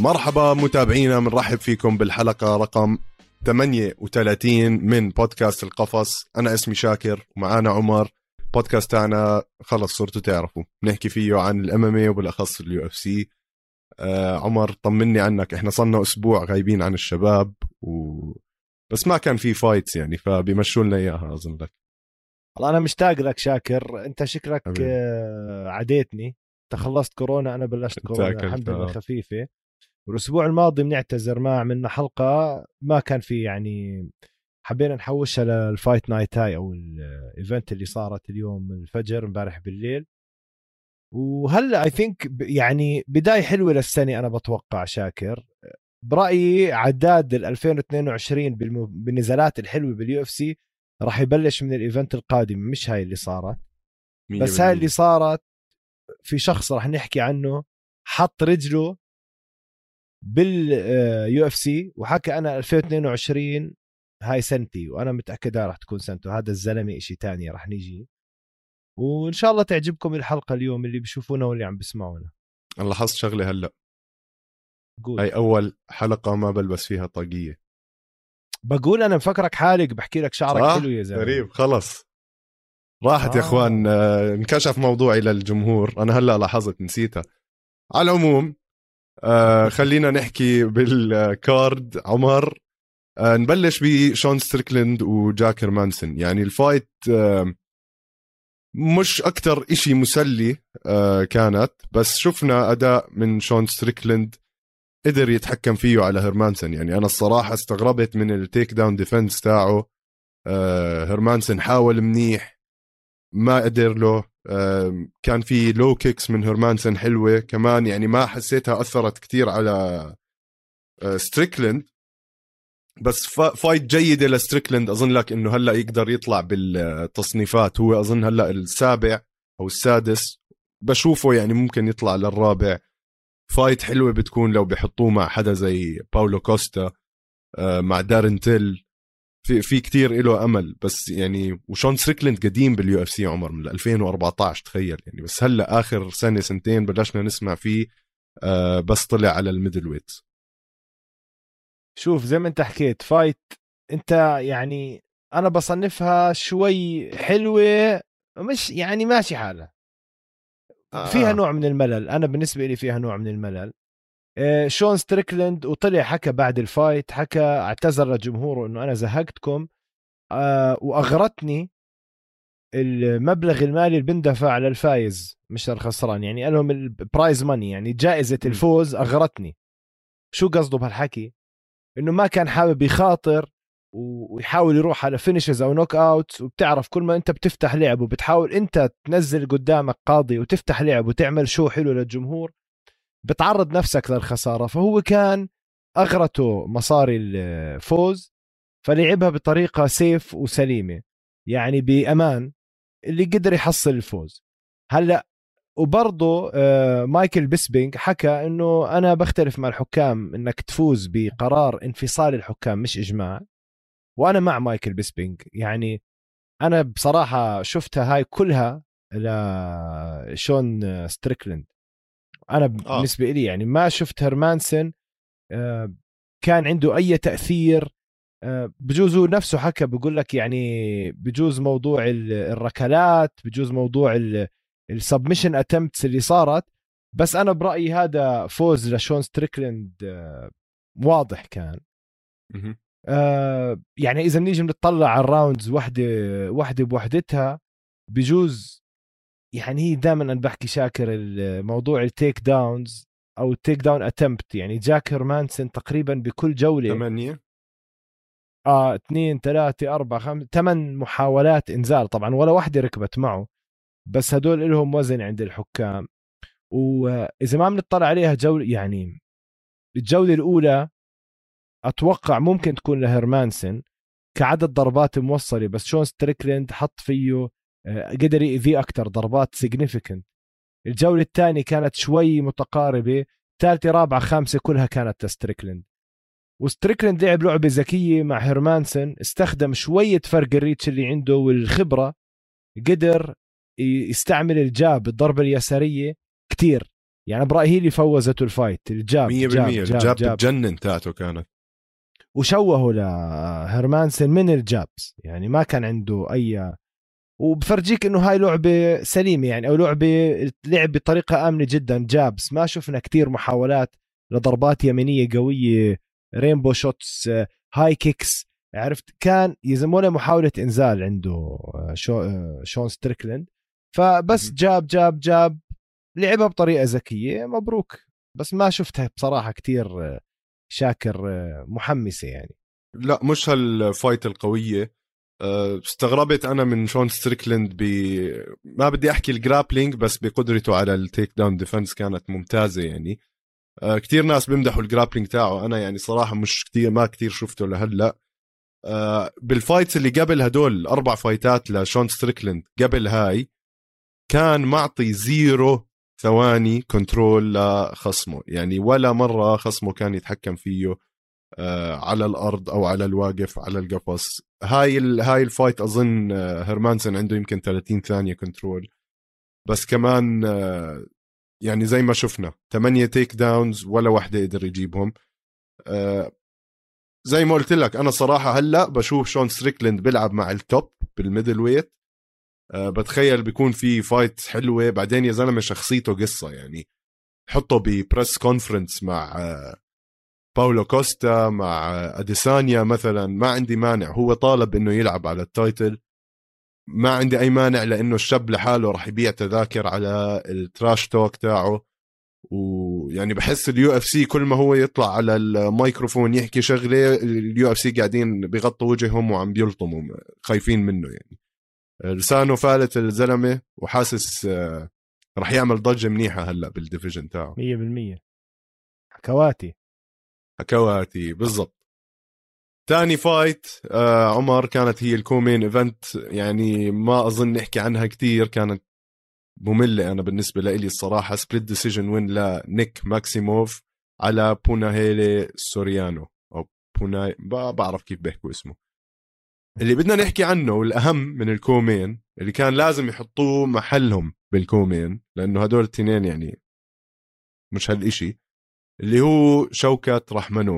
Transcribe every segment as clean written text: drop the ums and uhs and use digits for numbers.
مرحبا متابعينا، بنرحب فيكم بالحلقة رقم 38 من بودكاست القفص. أنا اسمي شاكر ومعانا عمر. بودكاست تاعنا خلص صرتوا تعرفوا نحكي فيه عن الMMA وبالأخص UFC. عمر طمني عنك، احنا صلنا أسبوع غايبين عن الشباب بس ما كان في فايتس يعني، فبيمشوا لنا إياها أظن لك. والله أنا مشتاق لك شاكر، أنت شكلك عديتني. تخلصت كورونا، أنا بلشت كورونا الحمد لله خفيفة. والأسبوع الماضي بنعتذر ما عملنا حلقة، ما كان في يعني، حبينا نحوشها للفايت نايت هاي أو الإيفنت اللي صارت اليوم الفجر امبارح بالليل. وهلا I think يعني بداية حلوة للسنة. أنا بتوقع شاكر برأيي عداد 2022 بالنزالات الحلوة بالUFC راح يبلش من الإيفنت القادم، مش هاي اللي صارت بس هاي اللي صارت. في شخص راح نحكي عنه حط رجله بالUFC وحكى أنا 2022 هاي سنتي، وأنا متأكد راح تكون سنته. هذا الزلمة إشي تاني راح نيجي، وإن شاء الله تعجبكم الحلقة اليوم اللي بيشوفونا واللي عم بسمعونا. أنا لاحظت شغلة هلأ، هاي أول حلقة ما بلبس فيها طاقية. بقول أنا مفكرك حالق، بحكي لك شعرك حلو يا زلمة. غريب، خلص راحت يا اخوان. انكشف موضوعي للجمهور، انا هلا لاحظت نسيتها. على العموم خلينا نحكي بالكارد عمر. نبلش بشون ستريكلند وجاك هيرمانسون. يعني الفايت مش اكتر اشي مسلي كانت، بس شفنا اداء من شون ستريكلند قدر يتحكم فيه على هيرمانسون. يعني انا الصراحة استغربت من التيك داون ديفنس تاعه. هيرمانسون حاول منيح ما قدر له. كان في لو كيكس من هيرمانسون حلوة كمان، يعني ما حسيتها أثرت كتير على ستريكلند. بس فايت جيدة لستريكلند. أظن لك إنه هلأ يقدر يطلع بالتصنيفات، هو أظن هلأ السابع أو السادس، بشوفه يعني ممكن يطلع للرابع. فايت حلوة بتكون لو بيحطوه مع حدا زي باولو كوستا، مع دارين تيل، في كتير له امل. بس يعني وشون ستريكلند قديم بالUFC عمر من 2014 تخيل يعني، بس هلا اخر سنه سنتين بلشنا نسمع فيه بس طلع على الميدل ويت. شوف زي ما انت حكيت فايت، انت يعني انا بصنفها شوي حلوه، مش يعني ماشي حالها. فيها نوع من الملل، انا بالنسبه لي فيها نوع من الملل. شون ستريكلند وطلع حكى بعد الفايت، حكى اعتذر لجمهوره انه انا زهقتكم واغرتني المبلغ المالي اللي بندفع للفايز مش للخسران. يعني قال لهم البرايز ماني، يعني جائزة الفوز أغرتني. شو قصده بهالحكي؟ إنه ما كان حابب يخاطر ويحاول يروح على فينيشز أو نوك أوت. وبتعرف كل ما أنت بتفتح لعب وبتحاول أنت تنزل قدامك قاضي وتفتح لعب وتعمل شو حلو للجمهور، بتعرض نفسك للخسارة. فهو كان أغرته مصاري الفوز، فلعبها بطريقة سيف وسليمة، يعني بأمان، اللي قدر يحصل الفوز. هلأ وبرضه مايكل بيسبينغ حكى انه انا بختلف مع الحكام انك تفوز بقرار انفصال الحكام مش اجماع، وانا مع مايكل بيسبينغ. يعني انا بصراحة شفتها هاي كلها لشون ستريكلند. انا بالنسبة لي يعني ما شفت هيرمانسون كان عنده اي تأثير. بجوز هو نفسه حكى، بيقول لك يعني بجوز موضوع الركلات، بجوز موضوع السبمشن اتمتس اللي صارت. بس انا برأيي هذا فوز لشون ستريكلند واضح كان. يعني اذا بنيجي بنطلع على الراوندز واحدة بوحدتها، بجوز يعني هي دائما انا بحكي شاكر الموضوع التيك داونز او التيك داون اتمت. يعني جاك هيرمانسون تقريبا بكل جولة 8 2 3 4 5 8 محاولات انزال، طبعا ولا واحدة ركبت معه، بس هدول لهم وزن عند الحكام. وإذا ما بنطلع عليها جولة، يعني الجولة الأولى أتوقع ممكن تكون لهيرمانسون كعدد ضربات موصلة، بس شون ستريكلند حط فيه قدر يأذيه أكتر ضربات significant. الجولة الثانية كانت شوي متقاربة، ثالثة رابعة خامسة كلها كانت لستريكلند. وستريكلند لعب لعبة ذكية مع هيرمانسون، استخدم شوية فرق الريتش اللي عنده والخبرة، قدر يستعمل الجاب الضربة اليسارية كتير. يعني برأيي هي اللي فوزته الفايت. الجاب 100% الجاب بتجنن تاعته كانت، وشوهوا لهرمانسن من الجابس، يعني ما كان عنده أي، وبفرجيك انه هاي لعبة سليمة يعني، او لعب بطريقة آمنة جدا. جابس ما شفنا كتير محاولات لضربات يمينية قوية، رينبو شوتس، هاي كيكس، عرفت، كان يزمونه محاولة انزال عنده شون ستريكلند. فبس جاب لعبها بطريقة ذكية، مبروك. بس ما شفتها بصراحة كتير شاكر محمسة يعني. لا مش هالفايت القوية. استغربت أنا من شون ستريكلند ما بدي أحكي الجرابلينج، بس بقدرته على التيك داون ديفنس كانت ممتازة يعني. كتير ناس بيمدحوا الجرابلينج تاعه، أنا يعني صراحة مش كتير، ما كتير شفته لهلأ. بالفايتس اللي قبل هدول 4 فايتات لشون ستريكلند قبل هاي، كان معطي 0 ثواني كنترول لخصمه، يعني ولا مرة خصمه كان يتحكم فيه على الأرض أو على الواقف على القفص. هاي الفايت أظن هرمانسن عنده يمكن 30 ثانية كنترول بس، كمان يعني زي ما شفنا 8 تيك داونز ولا واحدة قدر يجيبهم. زي ما قلت لك أنا صراحة هلأ بشوف شون ستريكلند بيلعب مع التوب بالميدل ويت. بتخيل بيكون في فايت حلوة بعدين. يا زلمة شخصيته قصة يعني، حطه ببريس كونفرنس مع باولو كوستا، مع أديسانيا مثلا، ما عندي مانع. هو طالب انه يلعب على التايتل، ما عندي اي مانع، لانه الشاب لحاله رح يبيع تذاكر على التراش توك تاعه. ويعني بحس UFC كل ما هو يطلع على الميكروفون يحكي شغله، UFC قاعدين بيغطوا وجههم وعم بيلطموا خايفين منه يعني. لسانه فالت الزلمه، وحاسس رح يعمل ضجه منيحه هلا بالديفيجن تاعه. 100% حكواتي بالضبط. تاني فايت عمر كانت هي الكومين ايفنت، يعني ما اظن نحكي عنها كتير، كانت مملة انا بالنسبة لي الصراحة. سبليت ديسيجن وين لنيك ماكسيموف على بوناهيلي سوريانو، او بوناي بعرف كيف بيحكوا اسمه. اللي بدنا نحكي عنه والاهم من الكومين اللي كان لازم يحطوه محلهم بالكومين، لانه هدول التنين يعني مش هالاشي، اللي هو شوكت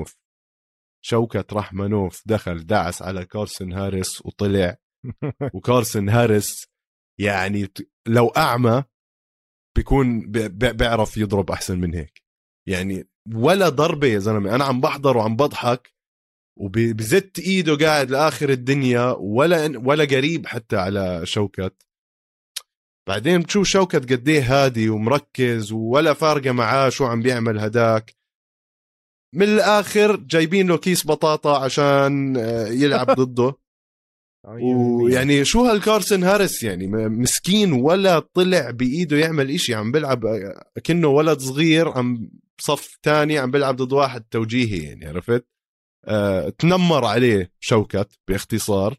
رحمنوف دخل دعس على كارسن هاريس وطلع. وكارسن هاريس يعني لو أعمى بيكون بيعرف يضرب أحسن من هيك يعني. ولا ضربة يا زلمة، أنا عم بحضر وعم بضحك، وبزت إيده قاعد لآخر الدنيا، ولا قريب حتى على شوكت. بعدين بتشوف شوكت قديه هادي ومركز، ولا فارقة معاه شو عم بيعمل هداك. من الآخر جايبين له كيس بطاطا عشان يلعب ضده. ويعني شو هالكارسن هاريس يعني مسكين، ولا طلع بإيده يعمل إشي، عم بلعب كأنه ولد صغير عم صف تاني عم بلعب ضد واحد توجيهي يعني، عرفت. تنمر عليه شوكت باختصار.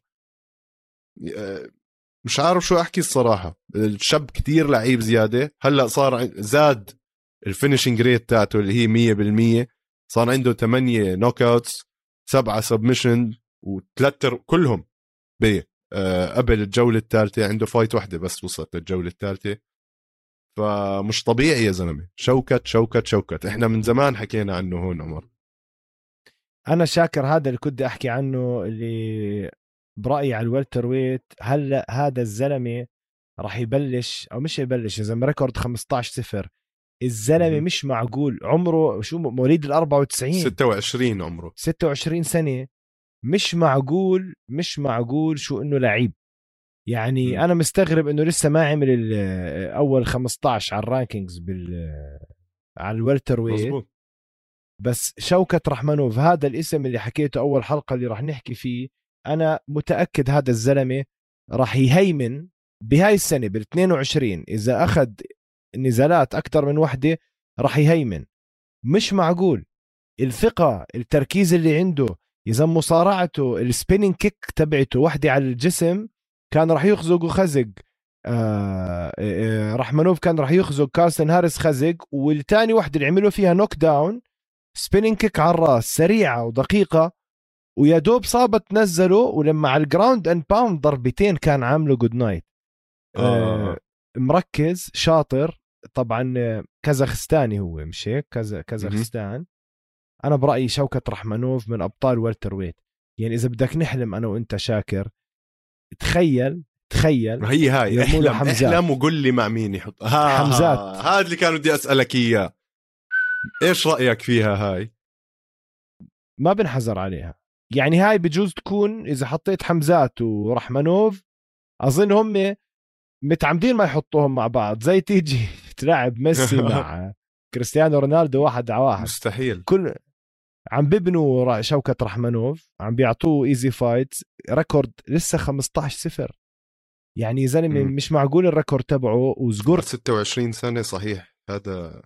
مش عارف شو أحكي الصراحة. الشاب كتير لعيب زيادة، هلأ صار زاد الفينيشنج ريت تاعته اللي هي 100%. صار عنده 8 نوك اوتس، 7 سبمشن، و3 كلهم قبل الجولة الثالثة. عنده فايت واحدة بس وصلت للجولة الثالثة. فمش طبيعي يا زلمة. شوكت احنا من زمان حكينا عنه هون عمر. أنا شاكر هذا اللي كنت أحكي عنه، اللي برأيي على الوالتر ويت. هلأ هذا الزلمة راح يبلش، أو مش يبلش، إذا ريكورد 15-0. الزلمة مش معقول عمره، شو مواليد 94، 26 عمره، 26 سنة. مش معقول شو إنه لعيب يعني. أنا مستغرب إنه لسه ما عمل أول 15 على الرانكينجز على الوالتر ويت. مزبوط. بس شوكت رحمنوف هذا الاسم اللي حكيته أول حلقة اللي راح نحكي فيه، أنا متأكد هذا الزلمة راح يهيمن بهاي السنة بال22. إذا أخذ نزالات أكتر من واحدة راح يهيمن. مش معقول الثقة، التركيز اللي عنده، إذا مصارعته السبيننج كيك تبعته واحدة على الجسم كان راح يخزق وخزق. رحمنوف كان راح يخزق كارسن هاريس خزق، والتاني واحدة اللي عملوا فيها نوك داون سبيننج كيك على الراس سريعة ودقيقة، ويا دوب صابت نزله، ولما على الجراوند اند باوند ضربتين كان عامله جود نايت. مركز شاطر، طبعا كازاخستاني هو، مش هيك؟ كازاخستان. انا برايي شوكة رحمنوف من ابطال والتر ويت. يعني اذا بدك نحلم انا وانت شاكر، تخيل ما هي هاي احلم وقول لي مع مين يحط حمزات. هذا اللي كان بدي اسالك اياه، ايش رايك فيها هاي؟ ما بنحذر عليها. يعني هاي بجوز تكون اذا حطيت حمزات ورحمنوف، اظن هم متعمدين ما يحطوهم مع بعض، زي تيجي تلعب ميسي مع كريستيانو رونالدو 1-1. مستحيل. كل عم ببنوا شوكة رحمنوف، عم بيعطوه ايزي فايت، ريكورد لسه 15-0. يعني زلمه مش معقول الريكورد تبعه. وزقر 26 سنه صحيح هذا.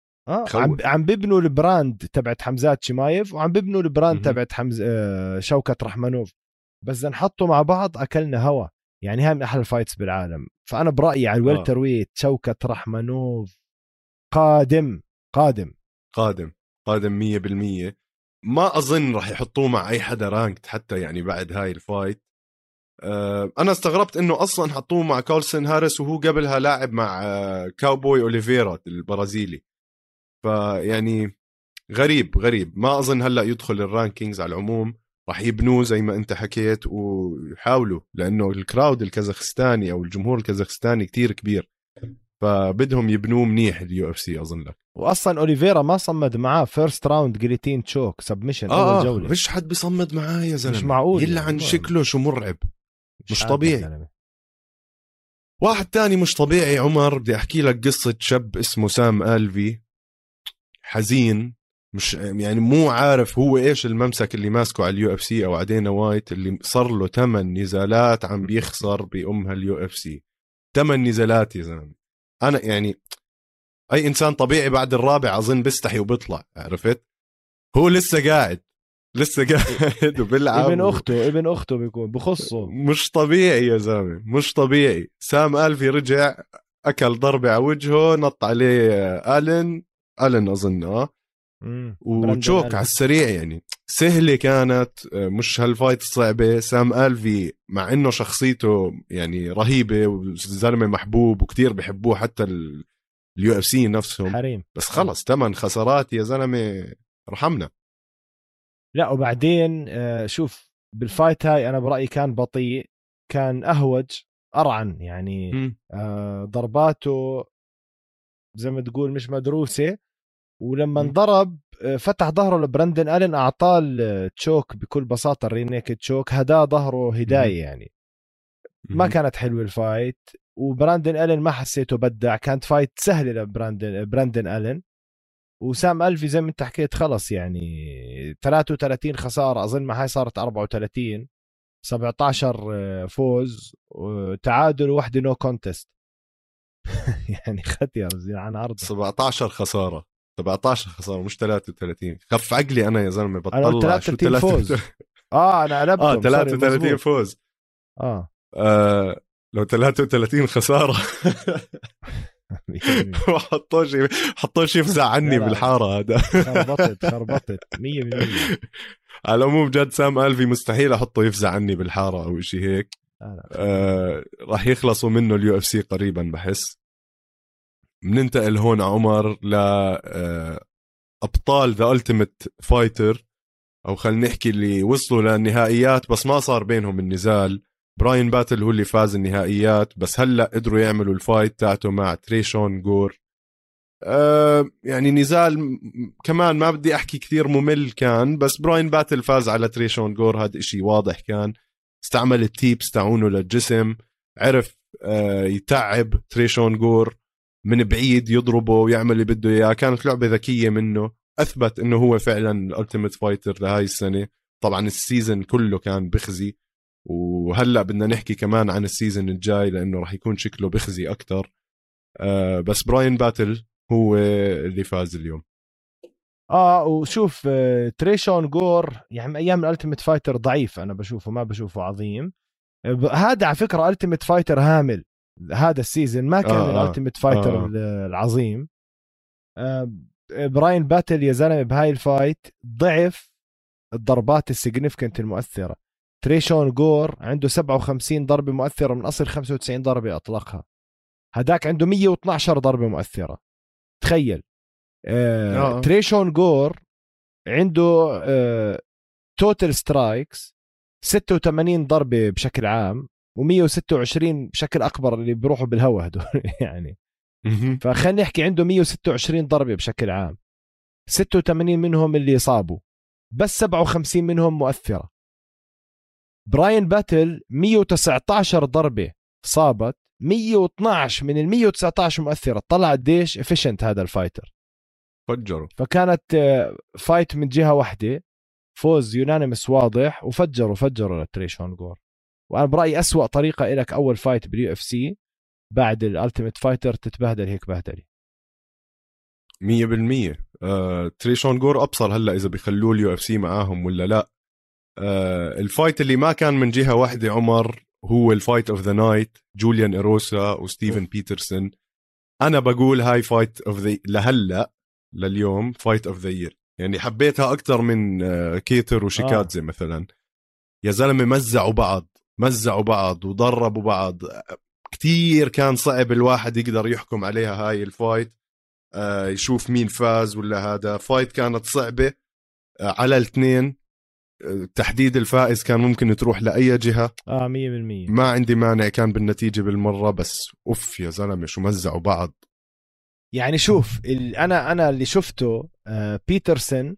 عم ببنوا البراند تبعت حمزات شمايف، وعم ببنوا البراند تبعت شوكة رحمنوف. بس اذا نحطوا مع بعض اكلنا هوا. يعني هاي من احلى الفايتس بالعالم. فانا برايي على الويلتر ويت شوكة رحمنوف قادم قادم قادم قادم 100%. ما اظن راح يحطوه مع اي حدا رانكت حتى، يعني بعد هاي الفايت. انا استغربت انه اصلا حطوه مع كولسن هاريس، وهو قبلها لاعب مع كاوبوي اوليفيرا البرازيلي. فيعني غريب. ما اظن هلا يدخل الرانكينجز. على العموم راح يبنوه زي ما انت حكيت ويحاولوا، لانه الكراود الكازاخستاني او الجمهور الكازاخستاني كتير كبير، فبدهم يبنوه منيح اليو اف سي اظن لك. واصلا اوليفيرا ما صمد معاه فيرست راوند جليتين تشوك سبمشن اول جوله. مش حد بيصمد معاه يا زلمه، مش معقول يلا عن شكله شو مرعب، مش طبيعي. زلمة. واحد تاني مش طبيعي عمر، بدي احكي لك قصة شاب اسمه سام ألفي. حزين، مش يعني مو عارف هو ايش الممسك اللي ماسكه على اليو اف سي او عدينا وايت، اللي صار له 8 نزالات عم بيخسر بأمها اليو اف سي. 8 نزالات يا زلمه. انا يعني اي انسان طبيعي بعد الرابع اظن بيستحي وبيطلع، عرفت؟ هو لسه قاعد وبيلعب. ابن اخته بيكون بخصه. مش طبيعي يا زلمه، مش طبيعي. سام ألفي رجع اكل ضربه على وجهه، نط عليه ألن اظن وتشوك على السريع. يعني سهله كانت، مش هالفايت الصعبه. سام ألفي مع انه شخصيته يعني رهيبه وزلمه محبوب وكتير بحبوه حتى اليو اف سي نفسهم حريم. بس خلص 8 خسارات يا زلمه، رحمنا. لا وبعدين شوف بالفايت هاي انا برايي كان بطيء، كان اهوج ارعن يعني. ضرباته زي ما تقول مش مدروسه. ولما انضرب فتح ظهره لبراندن ألين، اعطاه تشوك بكل بساطه، الرينيك تشوك هدا ظهره هدايه. يعني ما كانت حلوه الفايت. وبراندن ألين ما حسيته بدع، كانت فايت سهله براندن ألين. وسام ألفي زي ما انت حكيت خلص يعني 33 خسارة، أظن ما هاي صارت 34. 17 فوز وتعادل وواحدة نو كونتست. يعني ختير عن عرضه. 17 خسارة 17 خسارة مش 33. خف عقلي أنا يا زلمة، أنا قلت بطلع شو 33 فوز. أنا قلبتهم 33 فوز. لو 33 خسارة حطوش يفزع عني بالحارة هذا. خربطت 100%. على العموم جد سام ألفي مستحيل أحطه يفزع عني بالحارة أو إشي هيك. راح يخلصوا منه اليو اف سي قريبا بحس. بننتقل هون عمر ل أبطال ذا ألتيميت فايتر، أو خلينا نحكي اللي وصلوا للنهائيات بس ما صار بينهم النزال. براين باتل هو اللي فاز النهائيات، بس هلأ قدروا يعملوا الفايت تاعته مع تريشون جور. يعني نزال كمان ما بدي أحكي كثير ممل كان، بس براين باتل فاز على تريشون جور، هذا إشي واضح كان. استعمل التيبس تاعونه للجسم، عرف يتعب تريشون جور من بعيد، يضربه ويعمل اللي بده إياه. كانت لعبة ذكية منه، أثبت إنه هو فعلا الألتيميت فايتر لهاي السنة. طبعا السيزن كله كان بخزي، وهلأ بدنا نحكي كمان عن السيزن الجاي لأنه راح يكون شكله بخزي أكتر. بس براين باتل هو اللي فاز اليوم. وشوف تريشون جور يعني ايام الالتيميت فايتر ضعيف، انا بشوفه ما بشوفه عظيم. هذا على فكره الالتيميت فايتر هامل، هذا السيزن ما كان الالتيميت فايتر العظيم. براين باتل يا زلمه بهاي الفايت ضعف الضربات السيجنيفيكنت المؤثره. تريشون جور عنده 57 ضربه مؤثره من اصل 95 ضربه اطلقها. هداك عنده 112 ضربة مؤثرة. تخيل. تريشون جور عنده توتال سترايكس 86 ضربة بشكل عام و126 بشكل أكبر اللي بيروحوا بالهواء هدول يعني. فخلينا نحكي عنده 126 ضربة بشكل عام، 86 منهم اللي صابوا، بس 57 منهم مؤثرة. براين باتل 119 ضربة صابت، 112 من ال 119 مؤثرة. طلع قديش efficient هذا الفايتر، فجروا. فكانت فايت من جهة واحدة، فوز يونانيمس واضح، وفجروا لتريشون جور. وأنا برأيي أسوأ طريقة إلك أول فايت باليو اف سي بعد الالتيميت فايتر تتبهدل هيك بهدلي 100%. تريشون جور أبصر هلا إذا بيخلوه اليو اف سي معاهم ولا لا. الفايت اللي ما كان من جهة واحدة عمر هو الفايت اوف ذا نايت، جوليان إيروسا وستيفن بيترسون. أنا بقول هاي فايت اوف ذا لهلا لليوم فايت اوف ذا يير، يعني حبيتها أكتر من كيتر وشيكادزي مثلا. يا زلمة مزعوا بعض وضربوا بعض كتير. كان صعب الواحد يقدر يحكم عليها هاي الفايت، يشوف مين فاز ولا هذا. فايت كانت صعبة على الاثنين. تحديد الفائز كان ممكن تروح لأي جهة. 100% ما عندي مانع كان بالنتيجة بالمرة، بس أوف يا زلمة شو مزعوا بعض. يعني شوف أنا اللي شفته بيترسون.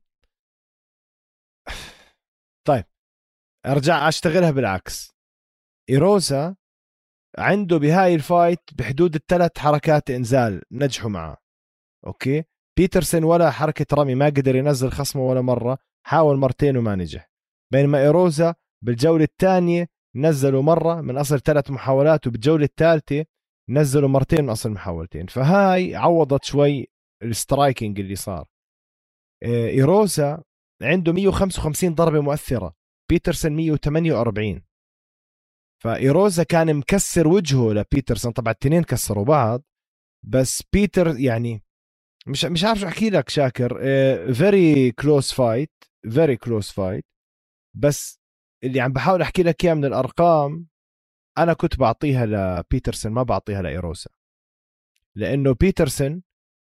طيب أرجع أشتغلها بالعكس. إيروسا عنده بهاي الفايت بحدود 3 حركات إنزال نجحوا معه. أوكي، بيترسون ولا حركة رمي، ما قدر ينزل خصمه ولا مرة، حاول مرتين وما نجح. بينما إيروسا بالجولة الثانية نزلوا مرة من أصل 3 محاولات، وبالجولة الثالثة نزلوا مرتين من أصل محاولتين. فهاي عوضت شوي السترايكينج اللي صار. إيروسا عنده 155 ضربة مؤثرة، بيترسون 148. فإيروسا كان مكسر وجهه لبيترسون. طبعا التنين كسروا بعض، بس بيتر يعني مش عارف شو احكي لك شاكر. very close fight. بس اللي عم بحاول احكي لك اياه من الارقام انا كنت بعطيها لبيترسون، ما بعطيها لإيروسا، لانه بيترسون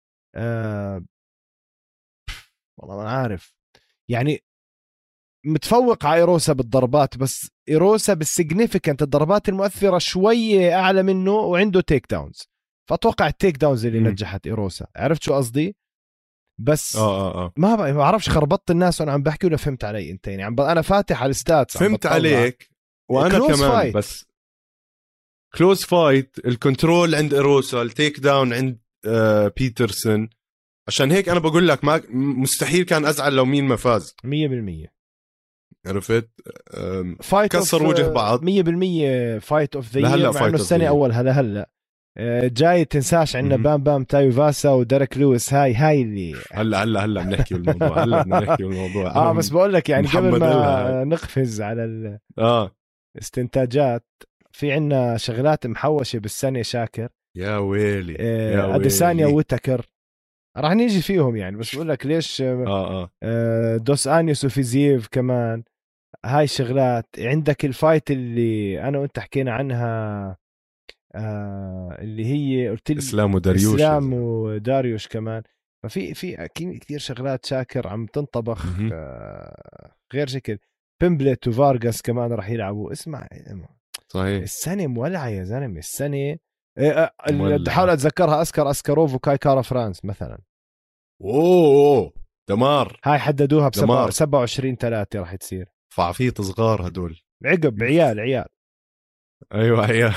والله ما عارف يعني متفوق على إيروسا بالضربات، بس إيروسا بالسيجنيفيكانت الضربات المؤثرة شوية أعلى منه، وعنده تيك داونز. فأتوقع التيك داونز اللي نجحت إيروسا. عرفت شو قصدي؟ بس ما بعرفش خربطت الناس وأنا عم بحكي ولا فهمت علي أنت؟ يعني أنا فاتح على الستاتس فهمت عليك وأنا كمان فايت. بس كلوز فايت، الكنترول عند إيروسا، التيك داون عند بيترسون. عشان هيك أنا بقول لك ما مستحيل كان أزعل لو مين ما فاز. 100% عرفت. كسر وجه بعض 100%. فايت اوف ذا يير، مع انه السنه اول هلا جاي. تنساش عندنا بام بام تايو فاسا وديريك لويس. هاي اللي هلا بنحكي بالموضوع. هلا بنحكي بالموضوع. بس بقول لك يعني قبل ما نقفز على الاستنتاجات، في عندنا شغلات محوشه بالسنه شاكر. يا ويلي اديسانيا وتكر راح نيجي فيهم يعني. بس بقول لك ليش. دوس انيوس وفيزييف كمان. هاي شغلات. عندك الفايت اللي انا وانت حكينا عنها، اللي هي قلت لي اسلام وداريوش كمان. ففي كثير شغلات شاكر عم تنطبخ غير شكل. بيمبلت وفارغاس كمان راح يلعبوا. اسمع صحيح السنه مولعه يا زلمه. السنه اللي حاول اتذكرها اسكاروف وكاي كارا فرانس مثلا. اوه دمار. هاي حددوها ب 27/3 راح تصير. فعفيت صغار هدول، عقب عيال. ايوه عيال.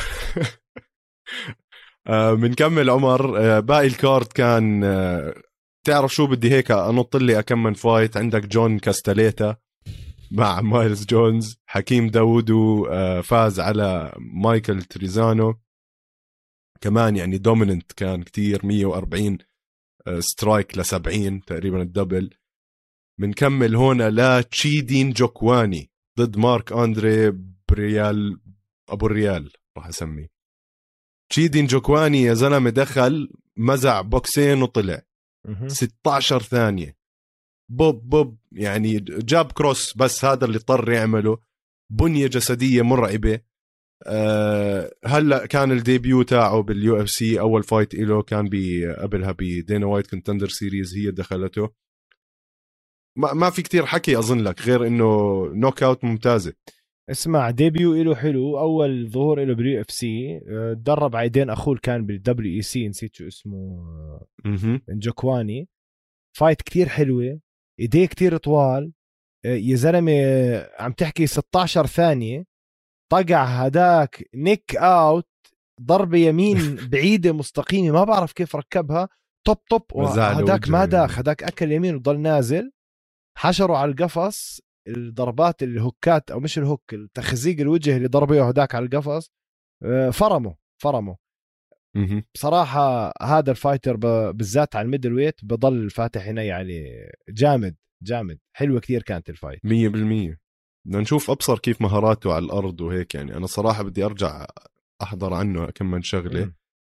بنكمل عمر. باقي الكارد كان تعرف شو بدي هيك انط لي اكمل فايت. عندك جون كاستاليتا مع مايلز جونز. حكيم داوودو فاز على مايكل تريزانو كمان، يعني دوميننت كان كتير. 140 سترايك ل70 تقريبا الدبل. بنكمل هنا لتشيدين جوكواني ضد مارك أندري بريال أبو الريال راح أسميه. تشيدين جوكواني يا زلمة دخل مزع بوكسين وطلع 16 ثانية. بوب يعني جاب كروس، بس هذا اللي اضطر يعمله. بنية جسدية مرعبة. هلا كان الديبيو تاعه باليو اف سي، اول فايت له كان قبلها بدينا وايت كونتندر سيريز، هي دخلته. ما في كتير حكي اظن لك غير انه نوك اوت ممتازه. اسمع، ديبيو له حلو، اول ظهور له باليو اف سي، تدرب على يدين اخوه كان بالدبليو اي سي، نسيت شو اسمه، نجوكواني. فايت كتير حلوه، ايديه كتير طوال، يا زلمه عم تحكي 16 ثانيه طقع هداك نيك اوت، ضربه يمين بعيده مستقيمه ما بعرف كيف ركبها، توب وهداك ما داخ، هداك اكل يمين وضل نازل، حشروا على القفص. الضربات الهوكات او مش الهوك، التخزيق الوجه اللي ضربه هداك على القفص، فرموا بصراحه. هذا الفايتر بالذات على الميدل ويت بضل فاتح عيني عليه، جامد حلوه كثير كانت الفايت 100%. بدنا نشوف ابصر كيف مهاراته على الارض وهيك، يعني انا صراحه بدي ارجع احضر عنه كم من شغله.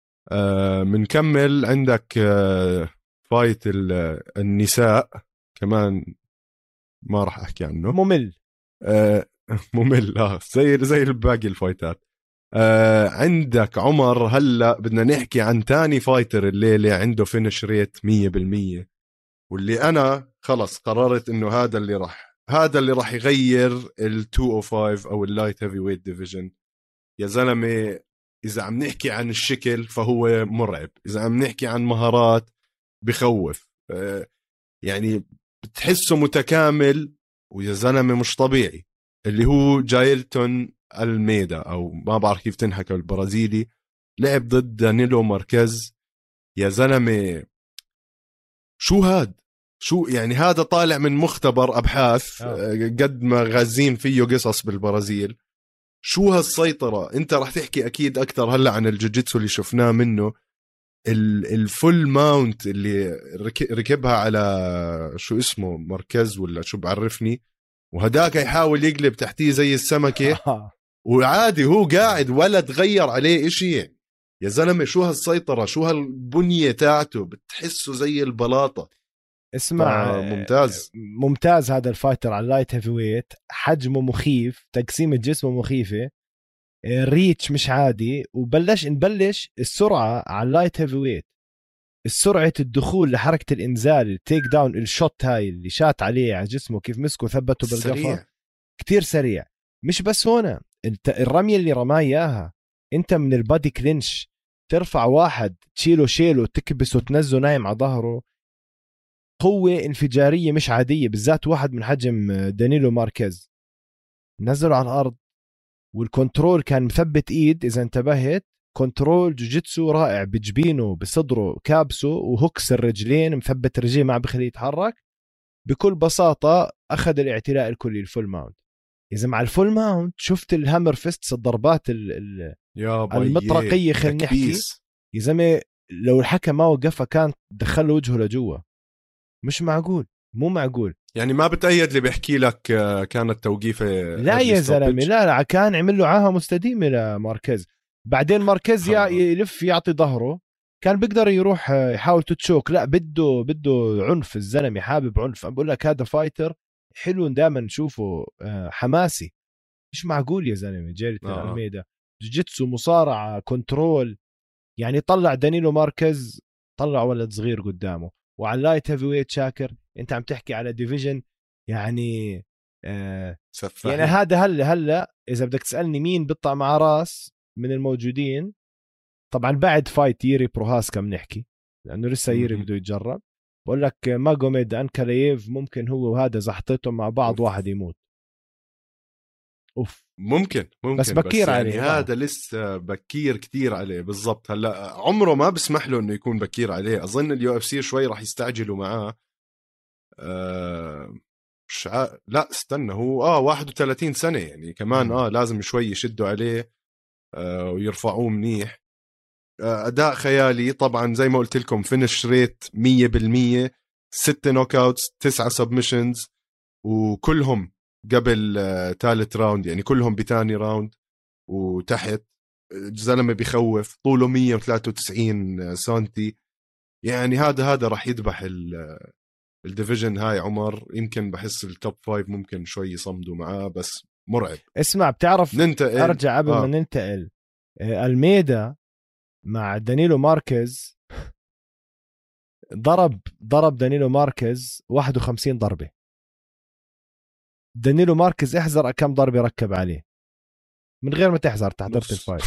منكمل عندك فايت النساء كمان، ما راح احكي عنه، ممل ممل زي الباقي الفايتات. عندك عمر، هلا بدنا نحكي عن تاني فايتر الليله عنده فينش ريت 100%، واللي انا خلص قررت انه هذا اللي راح يغير ال 205 او اللايت هيفي ويت ديفيجن. يا زلمه اذا عم نحكي عن الشكل فهو مرعب، اذا عم نحكي عن مهارات بخوف، يعني بتحسه متكامل، ويا زلمه مش طبيعي، اللي هو جايلتون الميدا، او ما بعرف كيف تنحكى البرازيلي. لعب ضد دانيلو ماركيز. يا زلمه شو يعني هذا طالع من مختبر ابحاث، قد ما غازين فيه قصص بالبرازيل. شو هالسيطرة؟ انت راح تحكي اكيد اكثر هلا عن الجوجيتسو اللي شفناه منه، الفول ماونت اللي ركبها على شو اسمه ماركيز ولا شو بعرفني، وهداك يحاول يقلب تحتيه زي السمكة وعادي هو قاعد ولا تغير عليه اشي. يا زلمة شو هالسيطرة، شو هالبنية تاعته، بتحسه زي البلاطة. اسمع، ممتاز هذا الفايتر على اللايت هيفي ويت، حجمه مخيف، تقسيمة جسمه مخيفة، ريتش مش عادي، نبلش السرعة على اللايت هيفي ويت، السرعة الدخول لحركة الإنزال، التيك داون، الشوت هاي اللي شات عليه على جسمه، كيف مسكه ثبته بالقفا كتير سريع. مش بس هنا، الرمية اللي رماه إياها انت من البادي كلينش، ترفع واحد تشيله شيله تكبسه تنزله نايم على ظهره، قوة انفجارية مش عادية، بالذات واحد من حجم دانيلو ماركيز. نزله على الأرض والكنترول كان مثبت إيد، إذا انتبهت كنترول جوجيتسو رائع، بجبينه بصدره كابسه، وهوكس الرجلين مثبت رجليه ما بخليه يتحرك. بكل بساطة أخذ الاعتلاء الكلي، الفول ماونت. إذا مع الفول ماونت شفت الهامر فيست، الضربات المطرقية، خلينا نحكي يا زلمة، لو الحكم ما وقفها كان دخل وجهه لجوا. مش معقول، مو معقول. يعني ما بتأيد اللي بيحكي لك كانت توقيفة؟ لا يا زلمة، لا كان عمل له عاهة مستديمة لماركيز. بعدين ماركيز يلف يعطي ظهره، كان بيقدر يروح يحاول تتشوك، لا بده عنف، الزلمة حابب عنف. بقول لك هذا فايتر حلو دائما نشوفه، حماسي. مش معقول يا زلمة، جيريتون ألميدا جوجيتسو، مصارعة، كنترول، يعني طلع دانيلو ماركيز، طلع ولد صغير قدامه. وعلى اللايت هيفي ويت شاكر، انت عم تحكي على ديفيجن يعني يعني هذا هلا اذا بدك تسالني مين بيطلع مع راس من الموجودين، طبعا بعد فايت ييري بروهاسكا بنحكي، لانه لسه ييري بده يتجرب. بقول لك ماجوميد انكالييف ممكن هو وهذا زحطتهم مع بعض واحد يموت. ممكن بس بكير يعني عليه، هذا لسه بكير كتير عليه. بالضبط، هلا عمره ما بسمح له انه يكون بكير عليه. اظن اليو اف سي شوي راح يستعجلوا معاه. لا استنى، هو 31 سنة يعني كمان لازم شوي يشدوا عليه ويرفعوه منيح. اداء خيالي طبعا، زي ما قلت لكم فينش ريت 100%، 6 نوك اوتس، 9 سبمشنز، وكلهم قبل ثالث راوند، يعني كلهم بتاني راوند وتحت. زلمه بخوف، طوله 193 سنتي. يعني هذا راح يذبح الديفيجن هاي. عمر يمكن بحس التوب 5 ممكن شوي يصمدوا معاه، بس مرعب. اسمع بتعرف ننتقل ارجع قبل ما ننتقل. الميدا مع دانيلو ماركيز ضرب دانيلو ماركيز 51 ضربة. دانيلو ماركيز احذر كم ضربة ركب عليه من غير ما تحذر تحضرت الفايت.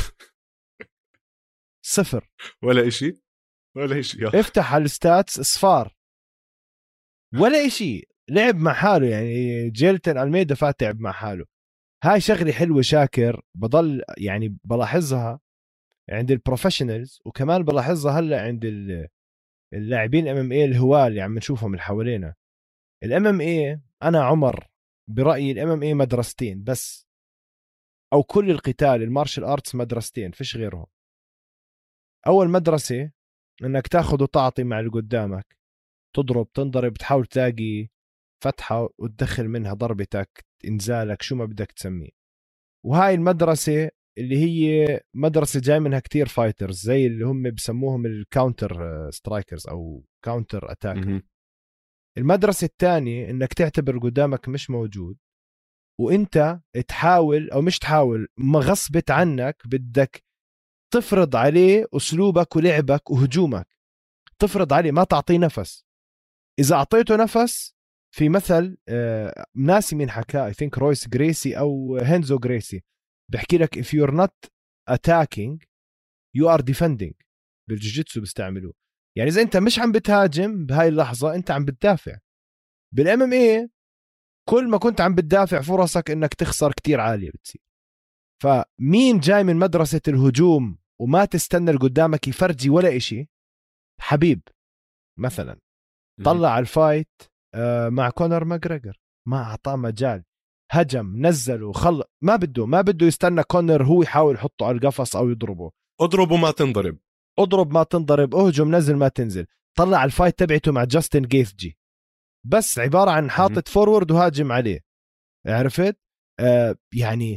0 ولا إشي افتح على الستاتس اصفار ولا إشي. لعب مع حاله يعني جيلتن الميدا فاتعب مع حاله. هاي شغلة حلوة شاكر بضل يعني بلاحظها عند البروفيشنالز وكمان بلاحظها هلا عند اللاعبين MMA الهواة اللي عم نشوفهم اللي حوالينا. MMA انا عمر برأيي MMA مدرستين بس، او كل القتال المارشال ارتس مدرستين فيش غيرهم. اول مدرسة انك تاخذ وتعطي مع اللي قدامك، تضرب تنضرب تحاول تلاقي فتحة وتدخل منها ضربتك انزالك شو ما بدك تسميه. وهاي المدرسة اللي هي مدرسة جاي منها كتير فايترز زي اللي هم بسموهم الكاونتر سترايكرز او كاونتر اتاك. المدرسة الثانية انك تعتبر قدامك مش موجود وانت تحاول او مش تحاول ما غصبت عنك بدك تفرض عليه اسلوبك ولعبك وهجومك، تفرض عليه ما تعطيه نفس. اذا اعطيته نفس في مثل ناسي مين حكاه I think رويس جريسي او هينزو جريسي بحكي لك if you're not attacking you are defending. بالجوجيتسو بيستعملوه يعني اذا انت مش عم بتهاجم بهاي اللحظة انت عم بتدافع. بالام ام اي كل ما كنت عم بتدافع فرصك انك تخسر كتير عالية بتصير. فمين جاي من مدرسة الهجوم وما تستنى اللي قدامك يفرجي ولا اشي؟ حبيب مثلا طلع الفايت مع كونر ماجريجر ما أعطاه مجال، هجم نزله ما بده يستنى كونر هو يحاول يحطه على القفص أو يضربه. اضرب ما تنضرب اهجم نزل ما تنزل. طلع الفايت تبعته مع جاستن جيثجي بس عبارة عن حاطط فورورد وهاجم عليه. عرفت يعني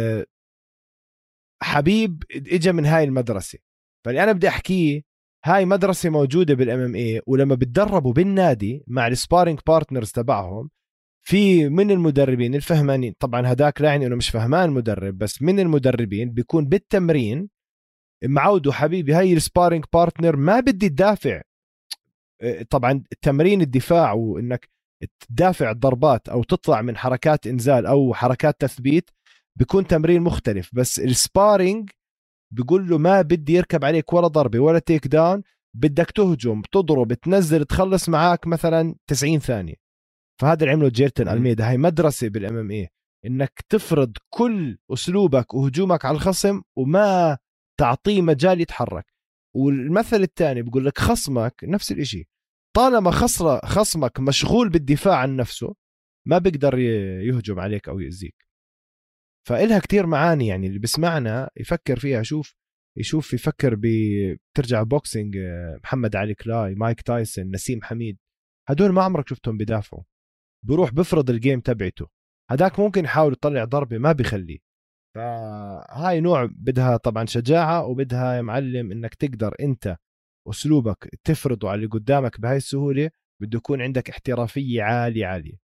حبيب اجى من هاي المدرسة. فاللي أنا بدي أحكيه هاي مدرسة موجودة بالام ام اي، ولما بتدربوا بالنادي مع السبارينج بارتنرز تبعهم في من المدربين الفهمانين، طبعا هداك لا يعني انه مش فهمان المدرب، بس من المدربين بيكون بالتمرين معوده حبيبي هاي السبارينج بارتنر ما بدي تدافع. طبعا التمرين الدفاع وانك تدافع الضربات او تطلع من حركات انزال او حركات تثبيت بيكون تمرين مختلف، بس السبارينج بيقول له ما بدي يركب عليك ولا ضربة ولا تيك داون، بدك تهجم تضرب تنزل تخلص معاك مثلا 90 ثانية. فهذا اللي عمله جيرتن الميدا. هاي مدرسة بالام ام اي انك تفرض كل اسلوبك وهجومك على الخصم وما تعطيه مجال يتحرك. والمثل الثاني بيقول لك خصمك نفس الاشي، طالما خصمك مشغول بالدفاع عن نفسه ما بيقدر يهجم عليك او يأذيك. فإلها كتير معاني يعني اللي بسمعنا يفكر فيها. يشوف يفكر بترجع بوكسينج محمد علي كلاي مايك تايسون نسيم حميد، هدول ما عمرك شفتهم بيدافعوا، بروح بفرض الجيم تبعته. هداك ممكن يحاول يطلع ضربة ما بيخليه. فهاي نوع بدها طبعا شجاعة وبدها يا معلم انك تقدر انت اسلوبك تفرضه على اللي قدامك بهاي السهولة. بده يكون عندك احترافية عالية.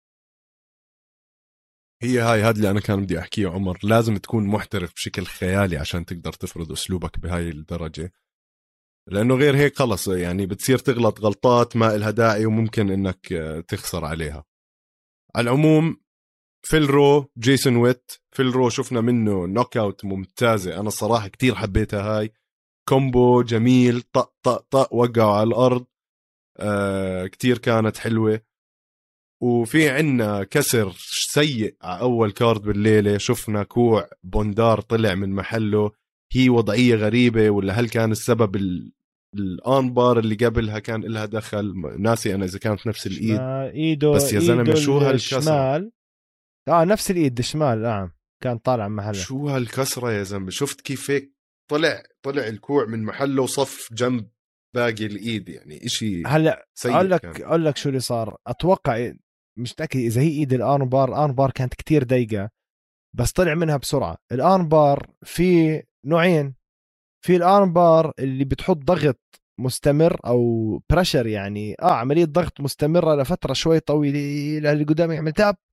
هاد اللي أنا كان بدي أحكيه عمر، لازم تكون محترف بشكل خيالي عشان تقدر تفرض أسلوبك بهاي الدرجة، لأنه غير هيك خلص يعني بتصير تغلط غلطات ما إلها داعي وممكن إنك تخسر عليها. على العموم في الرو جيسون ويت في الرو شفنا منه نوك اوت ممتازة، أنا صراحة كتير حبيتها. هاي كومبو جميل، طق طق طق وقعوا على الأرض، كتير كانت حلوة. وفي عنا كسر سيء على أول كارد بالليلة، شفنا كوع بوندار طلع من محله. هي وضعية غريبة ولا هل كان السبب الانبار اللي قبلها كان لها دخل؟ ناسي أنا إذا كانت نفس الإيد إيده بس يا زلمة شو هالكسرة. نفس الإيد الشمال نعم كان طالع محله. شو هالكسرة يا زلمة؟ شفت كيف هيك طلع الكوع من محله وصف جنب باقي الإيد، يعني إشي هلا سيء. أقول لك شو اللي صار. أتوقع مش متأكد إذا هي إيد الآنبار كانت كتير ضيقة بس طلع منها بسرعة. الآنبار في نوعين، في الآنبار اللي بتحط ضغط مستمر أو بريشر يعني عملية ضغط مستمرة لفترة شوي طويلة اللي قدامي يعمل تاب،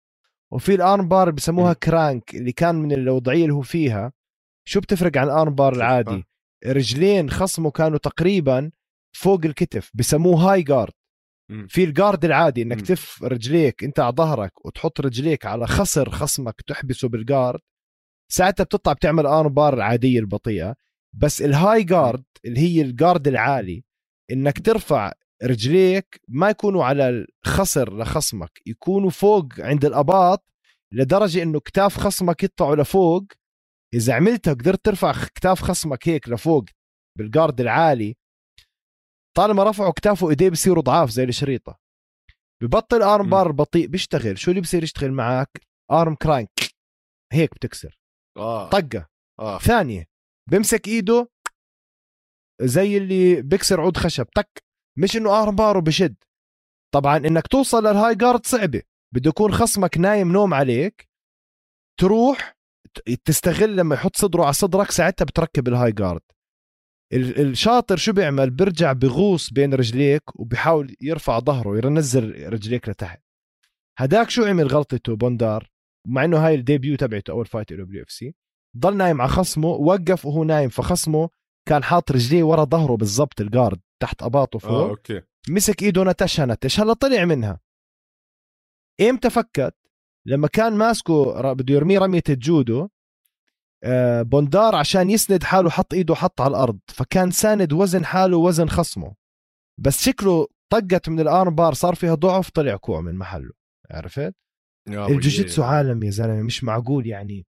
وفي الارم بار بسموها كرانك اللي كان من الوضعيه اللي هو فيها. شو بتفرق عن الارم بار العادي؟ رجلين خصمه كانوا تقريبا فوق الكتف، بسموه هاي جارد. في الجارد العادي انك تف رجليك انت على ظهرك وتحط رجليك على خصر خصمك تحبسه بالجارد، ساعتها بتطلع بتعمل ارم بار العاديه البطيئه. بس الهاي جارد اللي هي الجارد العالي، انك ترفع رجليك ما يكونوا على الخصر لخصمك، يكونوا فوق عند الاباط لدرجه انه كتاف خصمك يطلعوا لفوق. اذا عملتها قدرت ترفع كتاف خصمك هيك لفوق بالجارد العالي، طالما رفعوا كتافه ايديه بصيروا ضعاف زي الشريطه. ببطل ارم بار بطيء بيشتغل. شو اللي بصير يشتغل معك؟ ارم كرانك، هيك بتكسر طقه ثانيه. بمسك ايده زي اللي بكسر عود خشب، تك. مش انه ارم باره بشد. طبعا انك توصل للهاي جارد صعبه، بده يكون خصمك نايم نوم عليك، تروح تستغل لما يحط صدره على صدرك، ساعتها بتركب الهاي جارد. الشاطر شو بيعمل؟ برجع بغوص بين رجليك وبيحاول يرفع ظهره ينزل رجليك لتحت. هداك شو عمل غلطته بوندار، مع انه هاي الديبيو تبعته اول فايت دبليو اف سي، ضل نايم على خصمه، وقف وهو نايم، فخصمه كان حاط رجليه ورا ظهره بالضبط، الجارد تحت اباطه فوق. أوكي. مسك ايده نتش هلا طلع منها. امتى فكت؟ لما كان ماسكه بده يرميه رمية الجودو، بوندار عشان يسند حاله حط ايده حط على الارض، فكان ساند وزن حاله وزن خصمه، بس شكله طقت من الارم بار صار فيها ضعف، طلع كوع من محله. عرفت؟ الجوجيتسو عالم يا زلمه، مش معقول يعني.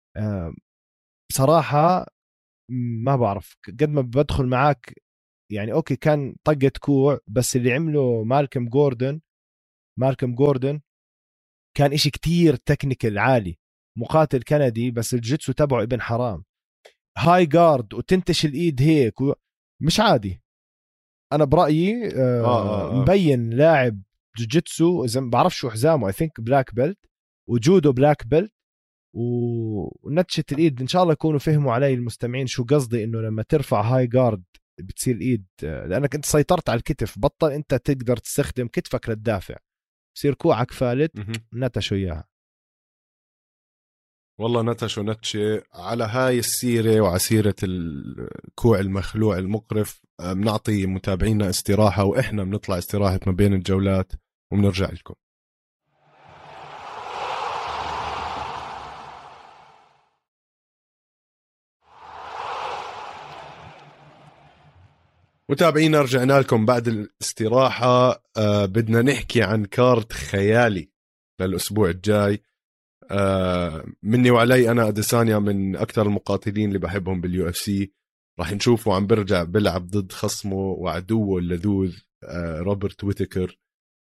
بصراحه ما بعرف قد ما بدخل معاك يعني. اوكي كان طقة كوع، بس اللي عمله مالكم جوردن كان إشي كتير تكنيكال عالي. مقاتل كندي بس الجيتسو تبعه ابن حرام. هاي جارد وتنتش الايد هيك مش عادي. انا برأيي مبين لاعب جوجيتسو، اذا ما بعرف شو حزامه، اي ثينك بلاك بيلت، وجودو بلاك بيلت، ونتشة الايد. ان شاء الله يكونوا فهموا علي المستمعين شو قصدي، انه لما ترفع هاي جارد بتصير الايد، لانك انت سيطرت على الكتف، بطل انت تقدر تستخدم كتفك للدافع، بصير كوعك فالت. نتشوا اياها. والله نتشوا نتشة. على هاي السيرة وعلى سيرة الكوع المخلوع المقرف، بنعطي متابعينا استراحة، وإحنا بنطلع استراحة ما بين الجولات وبنرجع لكم. متابعينا رجعنا لكم بعد الاستراحة. بدنا نحكي عن كارت خيالي للأسبوع الجاي. مني وعلي أنا أديسانيا من أكثر المقاتلين اللي بحبهم باليو اف سي. راح نشوفه عم برجع بلعب ضد خصمه وعدوه اللذوذ روبرت ويتكر.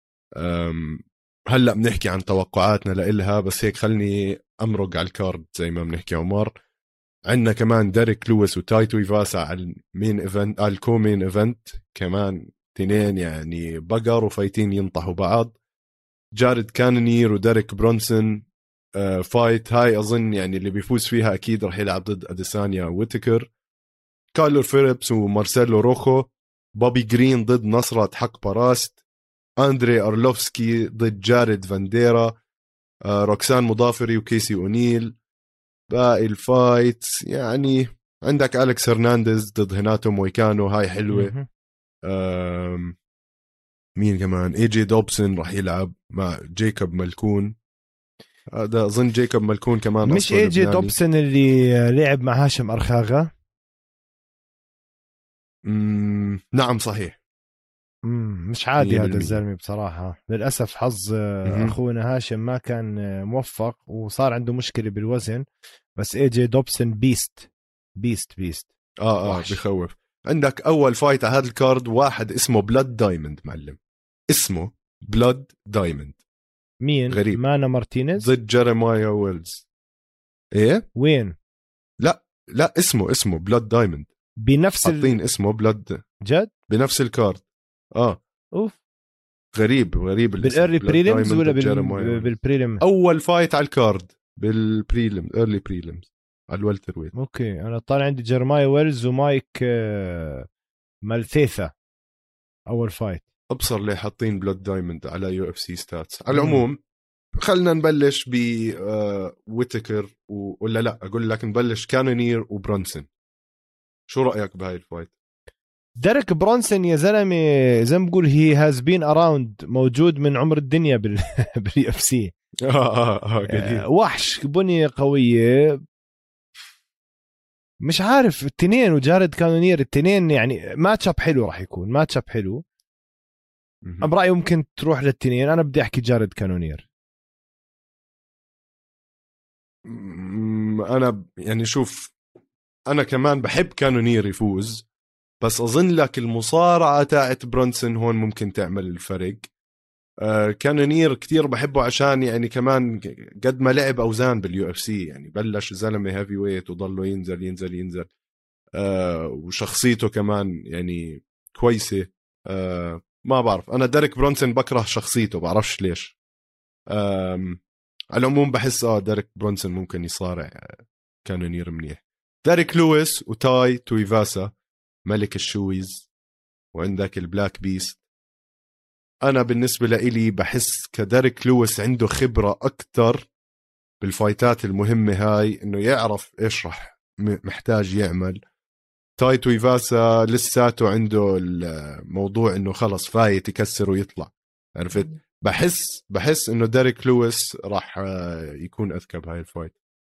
هلأ بنحكي عن توقعاتنا لإلها، بس هيك خلني أمرق على الكارد زي ما بنحكي عمر. عندنا كمان ديريك لويس وتايتو إيفاسا على المين إيفنت، على الكومين إيفنت كمان، تنين يعني بقر وفايتين ينطحوا بعض. جارد كانونير وديريك برونسون فايت هاي أظن يعني اللي بيفوز فيها أكيد رح يلعب ضد أديسانيا ويتكر. كارلو فيليبس ومارسيلو روخو. بوبي جرين ضد نصرة حق باراست. أندري أرلوفسكي ضد جارد فانديرا. روكسان مضافري وكيسي أونيل. باقي الفايت يعني عندك أليكس هرنانديز ضد هيناتو مويكانو، هاي حلوة. مين كمان؟ اي جي دوبسون رح يلعب مع جيكوب ملكون. هذا أظن جيكوب ملكون كمان مش اي جي دوبسون اللي لعب مع هاشم أرخاغا؟ نعم صحيح. مش عادي هذا الزلمة بصراحة، للأسف حظ أخونا هاشم ما كان موفق وصار عنده مشكلة بالوزن. بس اي جي دوبسون بيست. بخوف. عندك أول فايت على هذا الكارد واحد اسمه بلاد دايموند، معلم اسمه بلاد دايموند. مين؟ غريب. مانا مارتينيز ضد جيريمايا ويلز. ايه وين؟ لا اسمه بلاد دايموند، بنفس حاطين اسمه بلاد جد بنفس الكارد. اوف غريب بالإيرلي بريليمز ولا بالبريليم؟ اول فايت على الكارد بالبريليم، ايرلي بريليمز على الوالتر ويت. اوكي انا طالع عندي جيرماي ويلز ومايك مالثيثا اول فايت. ابصر ليه حاطين بلاد دايموند على يو اف سي ستاتس. على العموم خلنا نبلش ب ويتكر ولا لا اقول لك نبلش كانونير وبرونسون. شو رايك بهاي الفايت؟ ديريك برونسون يا زلمه زي ما بقول هي هاز بين اراوند، موجود من عمر الدنيا باليو اف سي. وحش بنيه قويه. مش عارف التنين وجارد كانونير التنين يعني ماتش اب حلو، راح يكون ماتش اب حلو. أنا برأيي ممكن تروح للتنين. أنا بدي أحكي جارد كانونير. أنا يعني شوف، أنا كمان بحب كانونير يفوز، بس أظن لك المصارعة تاعت برونسون هون ممكن تعمل الفرق. كانونير كتير بحبه عشان يعني كمان قد ما لعب أوزان باليو اف سي، يعني بلش زلمة هيفي ويت وضله ينزل وشخصيته كمان يعني كويسة. ما بعرف، أنا ديريك برونسون بكره شخصيته، بعرفش ليش. على العموم بحس ديريك برونسون ممكن يصارع كانونير منيح. ديريك لويس وتاي تويفاسا ملك الشويز، وعندك البلاك بيست. أنا بالنسبة لإلي بحس كديريك لويس عنده خبرة أكتر بالفايتات المهمة هاي، إنه يعرف إيش رح محتاج يعمل. تاي تويفاسا لساته عنده الموضوع إنه خلص فايت يكسر ويطلع، عرفت؟ بحس إنه ديريك لويس راح يكون أذكى بهاي الفايت.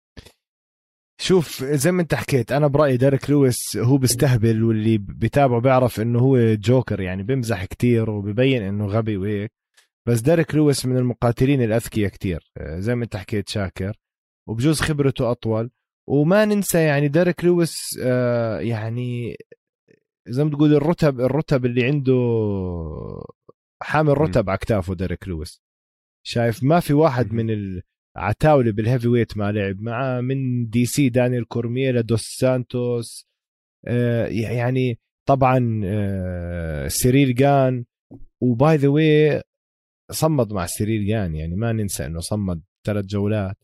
شوف زي ما انت حكيت، انا برايي ديريك لويس هو بيستهبل، واللي بيتابعه بيعرف انه هو جوكر، يعني بيمزح كتير وبيبين انه غبي وهيك. بس ديريك لويس من المقاتلين الاذكياء كتير زي ما انت حكيت شاكر، وبجوز خبرته اطول. وما ننسى يعني ديريك لويس يعني زي ما تقول الرتب اللي عنده، حامل رتب على كتافه ديريك لويس. شايف ما في واحد من العتاولة بالهيفي ويت ما لعب معه، من دي سي دانيال كورميلا دوس سانتوس يعني طبعا سيريل جان. وباي ذا واي صمد مع سيريل جان، يعني ما ننسى انه صمد 3 جولات.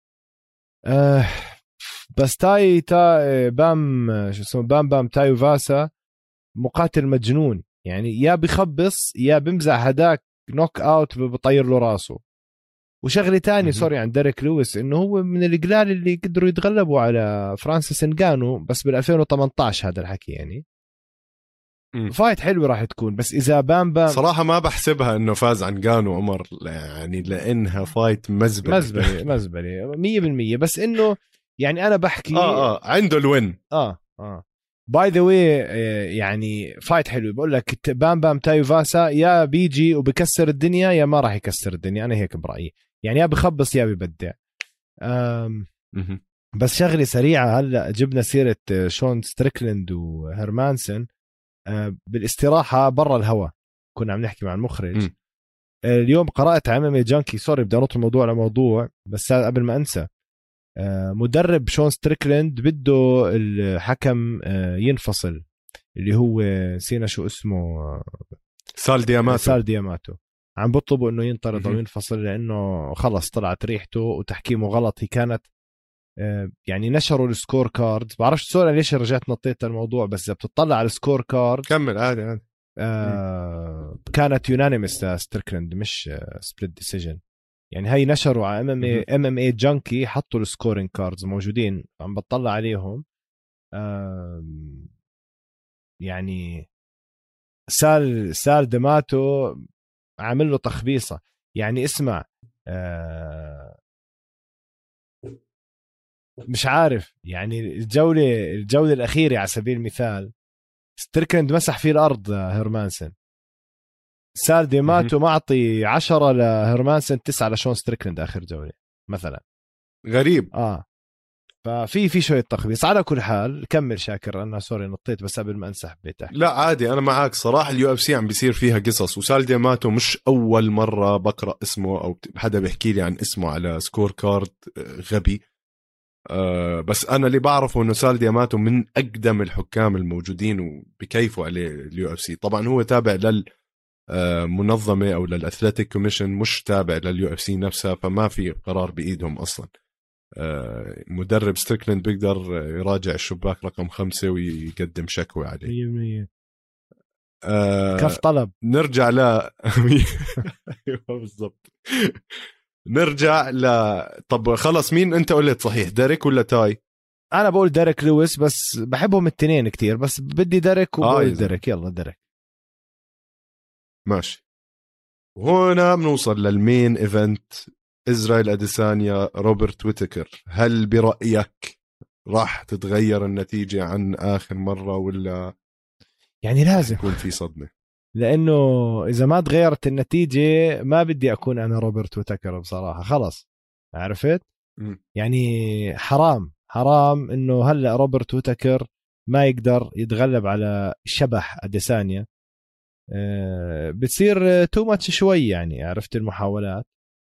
بس تا بام شو اسمه بام تايو فاسا مقاتل مجنون، يعني يا بخبص يا بمزع هداك نوك اوت بطير له راسه. وشغله تاني سوري عن ديريك لويس، انه هو من القلال اللي قدروا يتغلبوا على فرانسيس انغانو بس بال 2018 هذا الحكي يعني. فايت حلوه راح تكون، بس اذا بام صراحه ما بحسبها انه فاز عن غانو عمر، يعني لانها فايت مزبله 100%. بس انه يعني انا بحكي عنده الوين. باي ذا واي يعني فايت حلو. بقول لك بام تايو فاسا يا بيجي وبكسر الدنيا يا ما راح يكسر الدنيا، انا هيك برايي. يعني يا بخبص يا ببدع. بس شغله سريعه، هلا جبنا سيره شون ستريكلند وهرمانسن بالاستراحه برا الهوا، كنا عم نحكي مع المخرج. اليوم قرات عن جانكي، سوري بدي انط الموضوع لموضوع بس قبل ما انسى. مدرب شون ستريكلند بده الحكم ينفصل، اللي هو سينا شو اسمه، سال دياماتو. عم بطلبوا انه ينطرد او ينفصل لانه خلص طلعت ريحته وتحكيمه غلط. هي كانت يعني نشروا السكور كارد، بعرفش سؤال ليش رجعت نطيت الموضوع، بس اذا بتطلع على السكور كارد كمل عادي. كانت يونانيمس ستريكلند مش سبليت ديسيجن. يعني هاي نشروا على ام ام اي جانكي، حطوا السكورينج كاردز موجودين عم بطلع عليهم. يعني سال دماتو عامل له تخبيصه. يعني اسمع مش عارف، يعني الجوله الاخيره على سبيل المثال ستريكلند مسح فيه الارض هيرمانسن. سال ديماتو معطي 10 لهيرمانسن 9 لشون ستريكلند اخر جوله مثلا. غريب. ففي شويه تخبيص. على كل حال كمل شاكر، انا سوري نطيت بس قبل ما انسى حبيت احكي. لا عادي، انا معك صراحه. اليو اف سي عم بيصير فيها قصص، وسال ديماتو مش اول مره بقرا اسمه او حدا بيحكي لي عن اسمه على سكور كارد غبي. بس انا اللي بعرفه انه سال ديماتو من اقدم الحكام الموجودين وبكيفوا عليه اليو اف سي. طبعا هو تابع للمنظمه او للاثليتيك كوميشن، مش تابع لليو اف سي نفسها، فما في قرار بايدهم اصلا. مدرب ستريكلند بيقدر يراجع الشباك رقم 5 ويقدم شكوى عليه 100%. كف طلب. نرجع لا ايوه بالضبط. نرجع طب خلص، مين انت قلت صحيح، ديريك ولا تاي؟ انا بقول ديريك لويس، بس بحبهم التنين كتير، بس بدي ديريك وبقول ديريك. يلا ديريك. ماشي. وهنا بنوصل للمين ايفنت، إزرائيل أديسانيا روبرت ويتكر. هل برأيك راح تتغير النتيجة عن آخر مرة ولا يعني لازم يكون في صدمة؟ لأنه إذا ما تغيرت النتيجة ما بدي أكون أنا روبرت ويتكر بصراحة. خلص عرفت يعني حرام إنه هلأ روبرت ويتكر ما يقدر يتغلب على شبح أديسانيا. بتصير تو ماتش شوي يعني. عرفت المحاولات.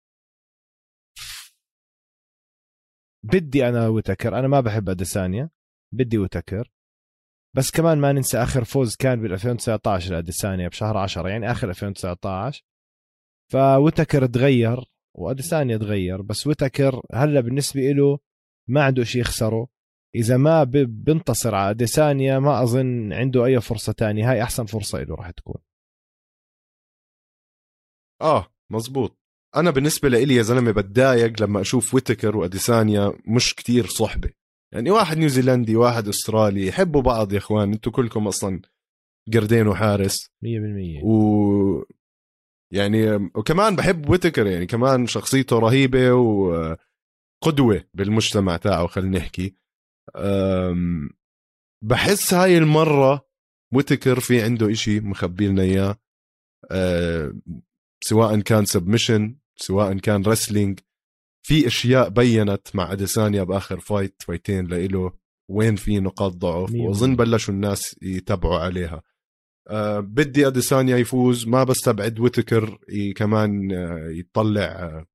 بدي أنا ويتكر، أنا ما بحب أديسانيا، بدي ويتكر. بس كمان ما ننسى آخر فوز كان بال 2019 لأديسانيا بشهر 10، يعني آخر 2019. فويتكر تغير وأديسانيا تغير، بس ويتكر هلا بالنسبة له ما عنده شيء يخسره. إذا ما بنتصر على أديسانيا ما أظن عنده أي فرصة تانية. هاي أحسن فرصة له راح تكون. مزبوط. أنا بالنسبة لي يا زلمة بتضايق لما أشوف ويتكر وأديسانيا مش كتير صحبة. يعني واحد نيوزيلندي واحد أسترالي، يحبوا بعض يا إخوان، أنتوا كلكم أصلا قردين وحارس 100%. يعني وكمان بحب ويتكر، يعني كمان شخصيته رهيبة وقدوة بالمجتمع تاعه. خلينا نحكي بحس هاي المرة ويتكر في عنده إشي مخبي لنا إياه، سواء كان سبمشن سواء كان رسلينج. في اشياء بينت مع أديسانيا باخر فايتين لإله وين في نقاط ضعف، واظن بلشوا الناس يتابعوا عليها. بدي أديسانيا يفوز، ما بستبعد ويتكر كمان يطلع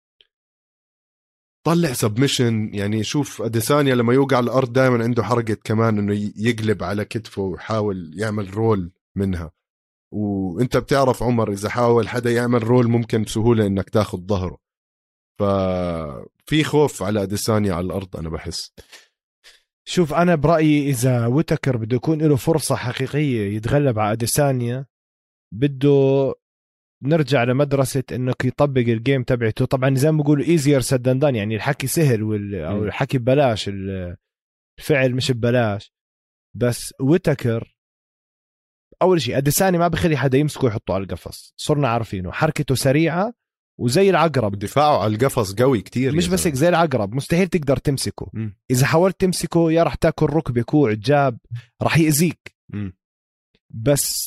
سبمشن. يعني شوف أديسانيا لما يوقع على الأرض دائما عنده حركة كمان انه يقلب على كتفه ويحاول يعمل رول منها. وانت بتعرف عمر، اذا حاول حدا يعمل رول ممكن بسهولة انك تاخد ظهره. ففي خوف على أديسانيا على الأرض أنا بحس. شوف أنا برأيي إذا ويتكر بده يكون له فرصة حقيقية يتغلب على أديسانيا، بده نرجع لمدرسة إنك يطبق الجيم تبعته. طبعا زي ما بيقولوا easier said than done، يعني الحكي سهل أو الحكي ببلاش، الفعل مش ببلاش. بس ويتكر أول شيء أديسانيا ما بخلي حدا يمسكه يحطه على القفص، صرنا عارفينه حركته سريعة وزي العقرب. دفاعه على القفص قوي كتير، مش بس زي العقرب، مستحيل تقدر تمسكه. إذا حاولت تمسكه يا رح تاكل ركبة كوع جاب، رح يأذيك. بس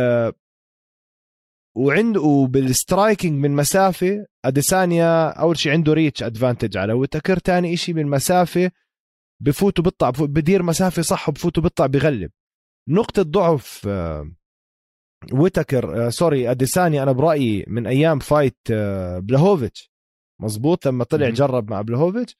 وعنده بالسترايكينج من مسافة أديسانيا أول شيء عنده ريتش أدفانتج على ويتكر. تاني إشي من مسافة بفوت وبطلع، بدير مسافة صح وبفوت وبطلع بغلب. نقطة ضعف ويتكر سوري أديسانيا أنا برأيي من أيام فايت بلاهوفيتش، مزبوط، لما طلع جرب مع بلاهوفيتش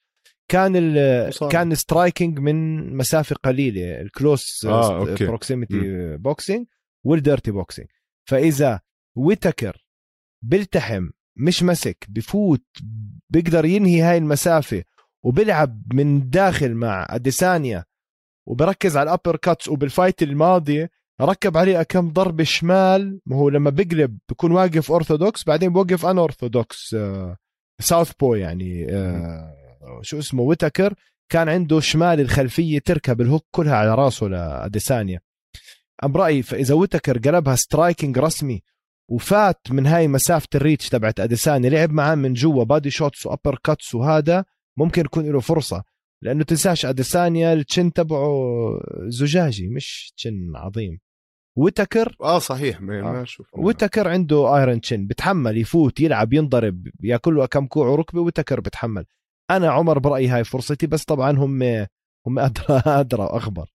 كان سترايكينج من مسافة قليلة، الكلوس بروكسيميتي بوكسينج والديرتي بوكسينج. فإذا ويتكر بيلتحم مش مسك بفوت بيقدر ينهي هاي المسافة وبيلعب من داخل مع أديسانيا وبركز على الأبر كاتس. وبالفايت الماضية ركب عليه كم ضربة شمال، ما هو لما بيقلب بيكون واقف أورثودوكس بعدين بوقف أن أورثودوكس ساوث بو يعني شو اسمه. ويتكر كان عنده شمال الخلفية تركب الهوك كلها على راسه لأديسانيا. أم رأيي فإذا ويتكر قلبها سترايكينج رسمي وفات من هاي مسافة الريتش تبعت أديسانيا، لعب معاه من جوا بادي شوتس وأبر كاتس، وهذا ممكن يكون له فرصة. لأنه تنساش أديسانيا التشن تبعه زجاجي مش تشن عظيم. ويتكر صحيح ما شوف ويتكر عنده ايرون تشن، بتحمل يفوت يلعب ينضرب ياكله كم كوع وركبه. ويتكر بتحمل. انا عمر برأيي هاي فرصتي، بس طبعا هم ادرى واخبر.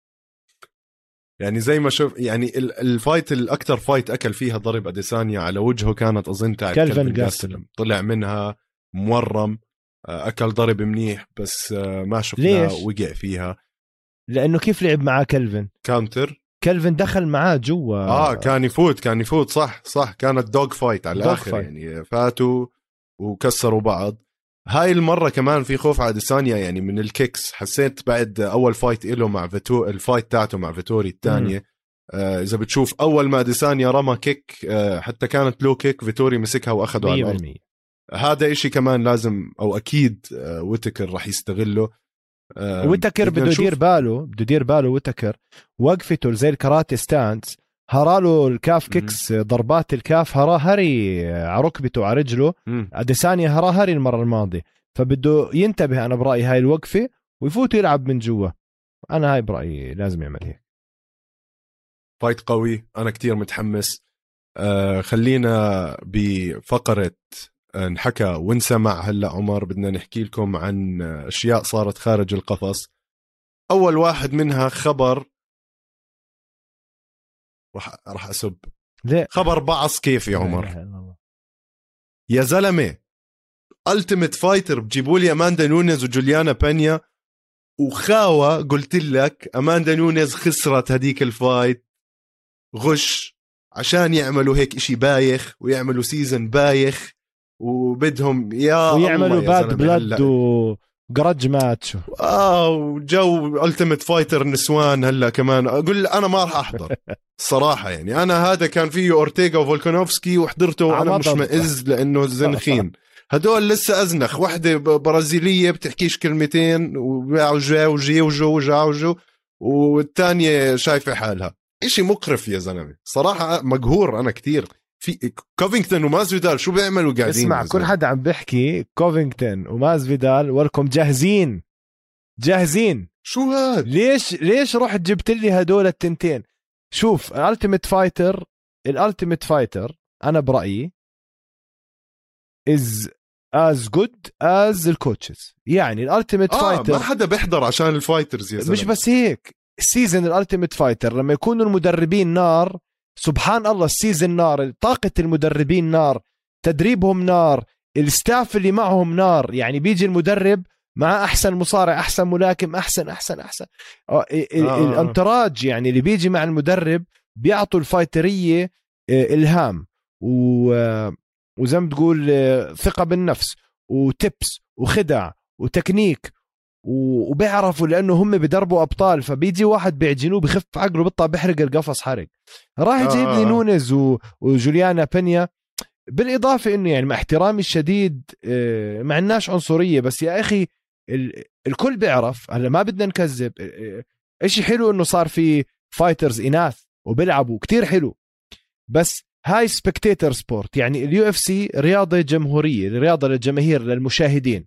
يعني زي ما شوف يعني الفايت الاكثر فايت اكل فيها ضرب أديسانيا على وجهه كانت اظن تاع كلفن جاستلم، طلع منها مورم، اكل ضرب منيح بس ما شفنا وقع فيها. لانه كيف لعب معاه كاونتر كلفن دخل معاه جوا. كان يفوت صح كانت دوغ فايت على الاخر يعني فاتوا وكسروا بعض. هاي المرة كمان في خوف على أديسانيا يعني من الكيكس. حسيت بعد أول فايت إله مع الفايت تاعته مع فيتوري الثانية إذا بتشوف أول ما أديسانيا رمى كيك حتى كانت لو كيك فيتوري مسكها وأخده على الأرض. هذا إشي كمان لازم أو أكيد ويتكر راح يستغله. ويتكر بده يدير باله ويتكر وقفته زي الكاراتي ستانس، هراله الكاف كيكس، ضربات الكاف هري على ركبته على رجله. أديسانيا هري المرة الماضية، فبده ينتبه أنا برأيي هاي الوقفة ويفوت يلعب من جوا. أنا هاي برأيي لازم يعمل هيك. فايت قوي، أنا كتير متحمس. خلينا بفقرة نحكى ونسمع. هلأ عمر بدنا نحكي لكم عن أشياء صارت خارج القفص. أول واحد منها خبر راح أسب ليه؟ خبر بعص كيف يا عمر يا زلمة. ألتيميت فايتر بجيبوا لي أماندا نونيز وجوليانا بانيا وخاوة. قلت لك أماندا نونيز خسرت هديك الفايت غش عشان يعملوا هيك إشي بايخ ويعملوا سيزن بايخ وبدهم ويعملوا باد بلد وقرج ماتش وجو ألتيميت فايتر نسوان. هلا كمان أقول أنا ما راح أحضر الصراحة. يعني أنا هذا كان فيه أورتيغا وفولكانوفسكي وحضرته وأنا مش مئز لأنه زنخين. هدول لسه أزنخ. واحدة برازيلية بتحكيش كلمتين وجاوجو والتانية شايفة حالها. إشي مقرف يا زلمة صراحة. مقهور أنا كتير في كوفينغتون ومازفيدال شو بيعملوا قاعدين. اسمع كل حدا عم بيحكي كوفينغتون ومازفيدال ولكم جاهزين. شو هاد؟ ليش رحت جبت لي هدول التنتين؟ شوف الالتيميت فايتر انا برأيي is as good as الكوتشز. يعني الالتيميت فايتر ما حدا بيحضر عشان الفايترز يا زلمة. مش بس هيك، السيزن الالتيميت فايتر لما يكونوا المدربين نار، سبحان الله السيزن نار، طاقة المدربين نار، تدريبهم نار، الستاف اللي معهم نار. يعني بيجي المدرب مع أحسن مصارع، أحسن ملاكم، أحسن الانتراج يعني اللي بيجي مع المدرب بيعطوا الفايترية إلهام وزي ما تقول ثقة بالنفس وتبس وخدع وتكنيك وبيعرفوا لأنه هم بدربوا أبطال. فبيجي واحد بيعجنوه بخف عقله بيطلع بيحرق القفص حرق. راح يجيب لي نونيز وجوليانا بانيا. بالإضافة إنه يعني مع احترامي الشديد مع الناس عنصرية، بس يا أخي الكل بيعرف. هلا ما بدنا نكذب، إشي حلو إنه صار في فايترز إناث وبيلعبوا كتير حلو، بس هاي سبكتيتر سبورت. يعني اليو اف سي رياضة جمهورية، رياضة للجماهير للمشاهدين.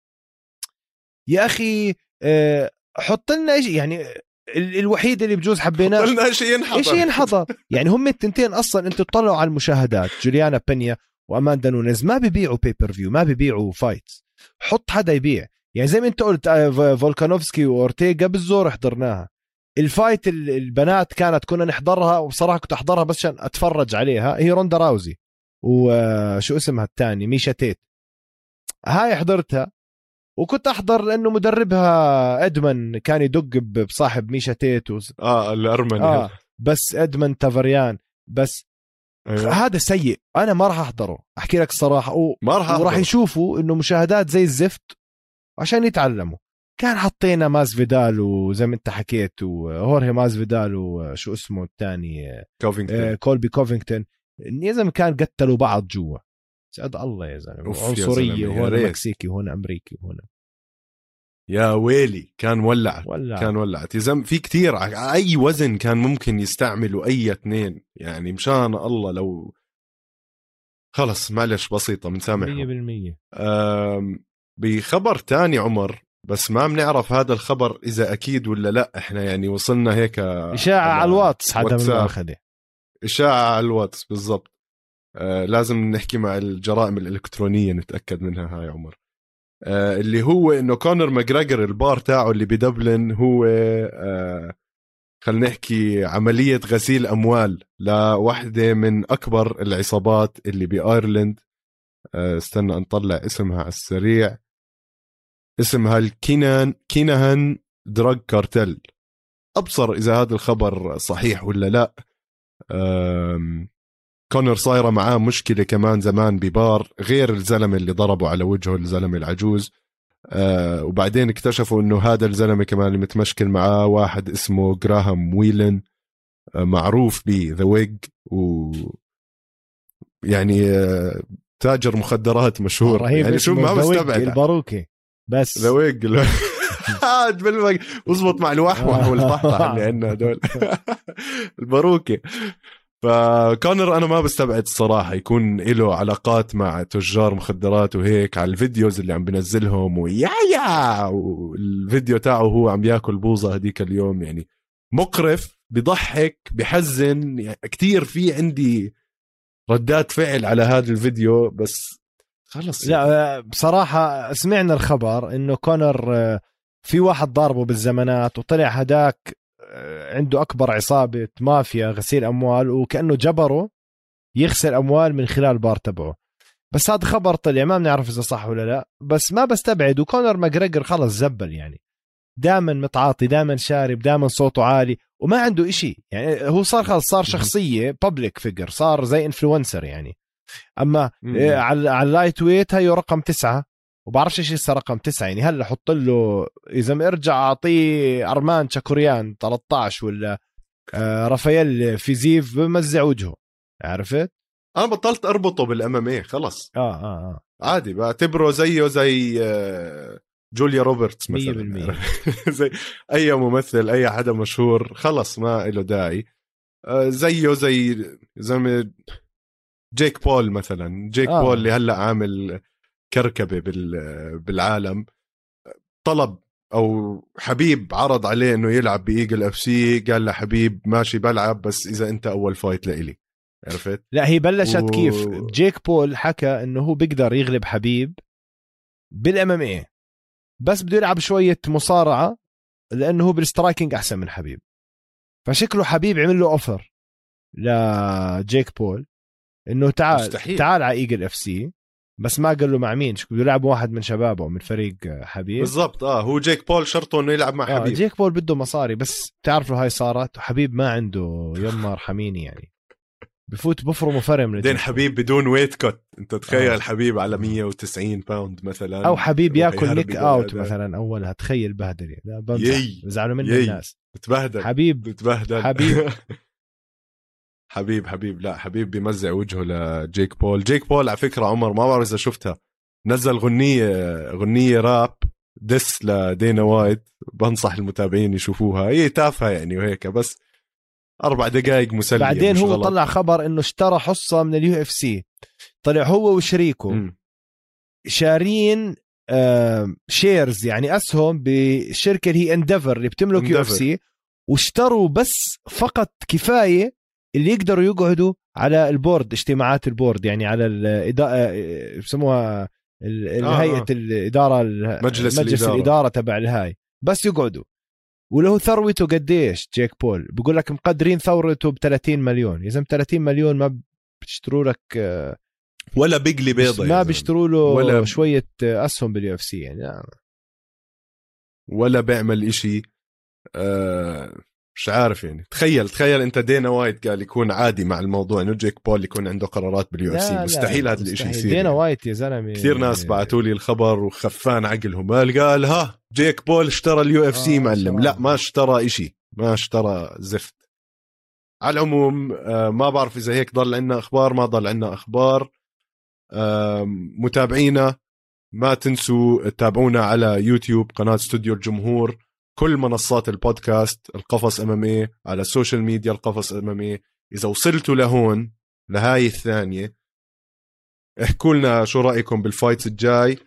يا أخي حط لنا شيء. يعني الوحيد اللي بجوز حبيناه حط لنا شيء ينحضر. يعني هم التنتين أصلا أنتوا تطلعوا على المشاهدات، جوليانا بانيا وأماندا نونيز ما بيبيعوا بيبر فيو، ما بيبيعوا فايتس. حط حدا يبيع. يعني زي ما أنت قلت فولكانوفسكي وأورتيغا بالزور حضرناها. الفايت البنات كنا نحضرها، وبصراحة كنت أحضرها بس عشان أتفرج عليها. هي روندا راوزي وشو اسمها الثاني ميشا تيت. هاي حضرتها وكنت أحضر لأنه مدربها إدمن كان يدق بصاحب ميشا تيتوس الأرمني بس إدمن تافريان بس. أيوة. هذا سيء، أنا ما راح أحضره أحكي لك الصراحة. وراح يشوفوا إنه مشاهدات زي الزفت عشان يتعلموا. كان حطينا مازفيدال وزي ما أنت حكيت وهورهي مازفيدال وشو اسمه الثاني كولبي كوفينغتون. يا زلمة كان قتلوا بعض جوا. سعد الله يا زلمة. عنصرية، وهنا مكسيكي وهنا أمريكي وهنا يا ويلي. كان ولعت يا زلمة. في كتير أي وزن كان ممكن يستعملوا أي اثنين. يعني مشان الله لو خلص معلش بسيطة من سامحه 100%. بخبر تاني عمر، بس ما بنعرف هذا الخبر إذا أكيد ولا لا. إحنا يعني وصلنا هيك إشاعة على الواتس، حدا من أخذه إشاعة على الواتس بالضبط. لازم نحكي مع الجرائم الإلكترونية نتأكد منها. هاي عمر اللي هو إنه كونر ماجراجر البار تاعه اللي بدبلن هو خلينا نحكي عملية غسيل أموال لوحدة من أكبر العصابات اللي بأيرلند. استنى نطلع اسمها على السريع. اسمها الكيناهان دراج كارتل. أبصر إذا هذا الخبر صحيح ولا لا. كونر صايرة معاه مشكلة كمان زمان ببار، غير الزلمة اللي ضربوا على وجهه الزلمة العجوز. وبعدين اكتشفوا انه هذا الزلمة كمان اللي متمشكل معاه واحد اسمه جراهام ويلن، معروف ب ذا ويج. و يعني تاجر مخدرات مشهور رهيب يعني شو ما بستبعد الباروكي بس ذويق وزبط مع الوحوح والطحطح اللي عندنا هدول الباروكي. فكونر انا ما بستبعد الصراحه يكون له علاقات مع تجار مخدرات وهيك على الفيديوز اللي عم بنزلهم ويا والفيديو تاعه هو عم ياكل بوظه هديك اليوم يعني مقرف بضحك بحزن يعني كتير في عندي ردات فعل على هذا الفيديو بس خلص لا يعني. بصراحة سمعنا الخبر انه كونر في واحد ضاربه بالزمانات وطلع هداك عنده اكبر عصابة مافيا غسيل اموال وكأنه جبره يغسل اموال من خلال بار تبعه. بس هذا خبر طلع ما بنعرف اذا صح ولا لا بس ما بستبعد. وكونر ماجريجر خلص زبل يعني دائما متعاطي دائما شارب دائما صوته عالي وما عنده إشي يعني هو صار خلص صار شخصية بابليك فيجر صار زي انفلونسر يعني. أما على اللايت ويت هيو رقم 9 وبعرفش إيش لسه رقم 9 يعني هلا حط له إذا ما ارجع أعطيه أرمان شاكوريان 13 ولا رافائيل فيزيف بمزع وجهه عرفت. أنا بطلت أربطه بالMMA خلص عادي بعتبره زيه زي جوليا روبرتس مثلا زي اي ممثل اي حدا مشهور خلص ما له داعي. زيه زي جيك بول مثلا بول اللي هلا عامل كركبه بالعالم طلب او حبيب عرض عليه انه يلعب بإيجل FC قال له حبيب ماشي بلعب بس اذا انت اول فايت لإلي عرفت. لا هي بلشت كيف جيك بول حكى انه هو بيقدر يغلب حبيب بالMMA بس بده يلعب شوية مصارعة لأنه هو بالسترايكينج أحسن من حبيب. فشكله حبيب عمل له أوفر لجيك بول إنه تعال على إيجل FC بس ما قال له مع مين بده يلعب واحد من شبابه من فريق حبيب بالضبط. هو جيك بول شرطه إنه يلعب مع حبيب. جيك بول بده مصاري بس تعرف له هاي صارت وحبيب ما عنده يما ارحميني يعني بفوت بفرمه فرم دين حبيب بدون ويت كوت. انت تخيل حبيب على 190 باوند مثلا او حبيب ياكل نيك اوت مثلا اولها تخيل بهدل لا بزعلوا منه الناس بتبهدل حبيب بتبهدل حبيب لا حبيب بيمزع وجهه لجيك بول. جيك بول على فكرة عمر ما بعرف إذا شفتها نزل غنية راب دس لدينا وايت بنصح المتابعين يشوفوها هي تافهة يعني وهيك بس 4 دقائق مسلية. بعدين هو غلط. طلع خبر انه اشترى حصة من UFC طلع هو وشريكه شارين شيرز يعني اسهم بالشركة اللي هي انديفر اللي بتملك UFC واشتروا بس فقط كفاية اللي يقدروا يقعدوا على البورد اجتماعات البورد يعني على بسموها هيئة الإدارة مجلس الإدارة تبع الهاي بس يقعدوا. وله ثروته قديش جيك بول بيقول لك مقدرين ثروته ب30 مليون. إذا 30 مليون ما بيشتروا لك ولا بيقلي بيضة ما بيشتروا له ولا شوية أسهم بالUFC يعني ولا بيعمل إشي مش عارف يعني. تخيل انت دينا وايت قال يكون عادي مع الموضوع انه جيك بول يكون عنده قرارات بالUFC. مستحيل هذا الاشي يصير. دينا وايت يا زلمه كثير ناس بعثوا لي الخبر وخفان عقلهم قال ها جيك بول اشترى الUFC معلم. لا ما اشترى اشي ما اشترى زفت. على العموم ما بعرف اذا هيك ضل عنا اخبار ما ضل عنا اخبار. متابعينا ما تنسوا تتابعونا على يوتيوب قناة استوديو الجمهور كل منصات البودكاست القفص MMA على السوشيال ميديا القفص MMA. إذا وصلتوا لهون لهاي الثانية احكوا لنا شو رأيكم بالفايتس الجاي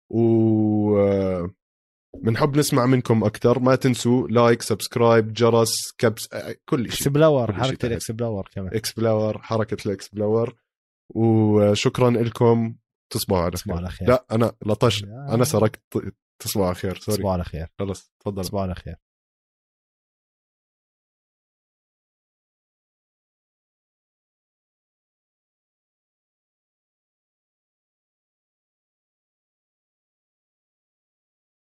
ومنحب نسمع منكم أكتر. ما تنسوا لايك سبسكرايب جرس كبس كل شيء اكسبلور حركة الاكسبلور كمان اكسبلور حركة الاكسبلور. وشكرا لكم. تصبحوا على خير. لا أنا لطشت أنا سرقت. تصبحوا على خير. سوري. تصبحوا على خير. خلص تفضل. تصبحوا على خير.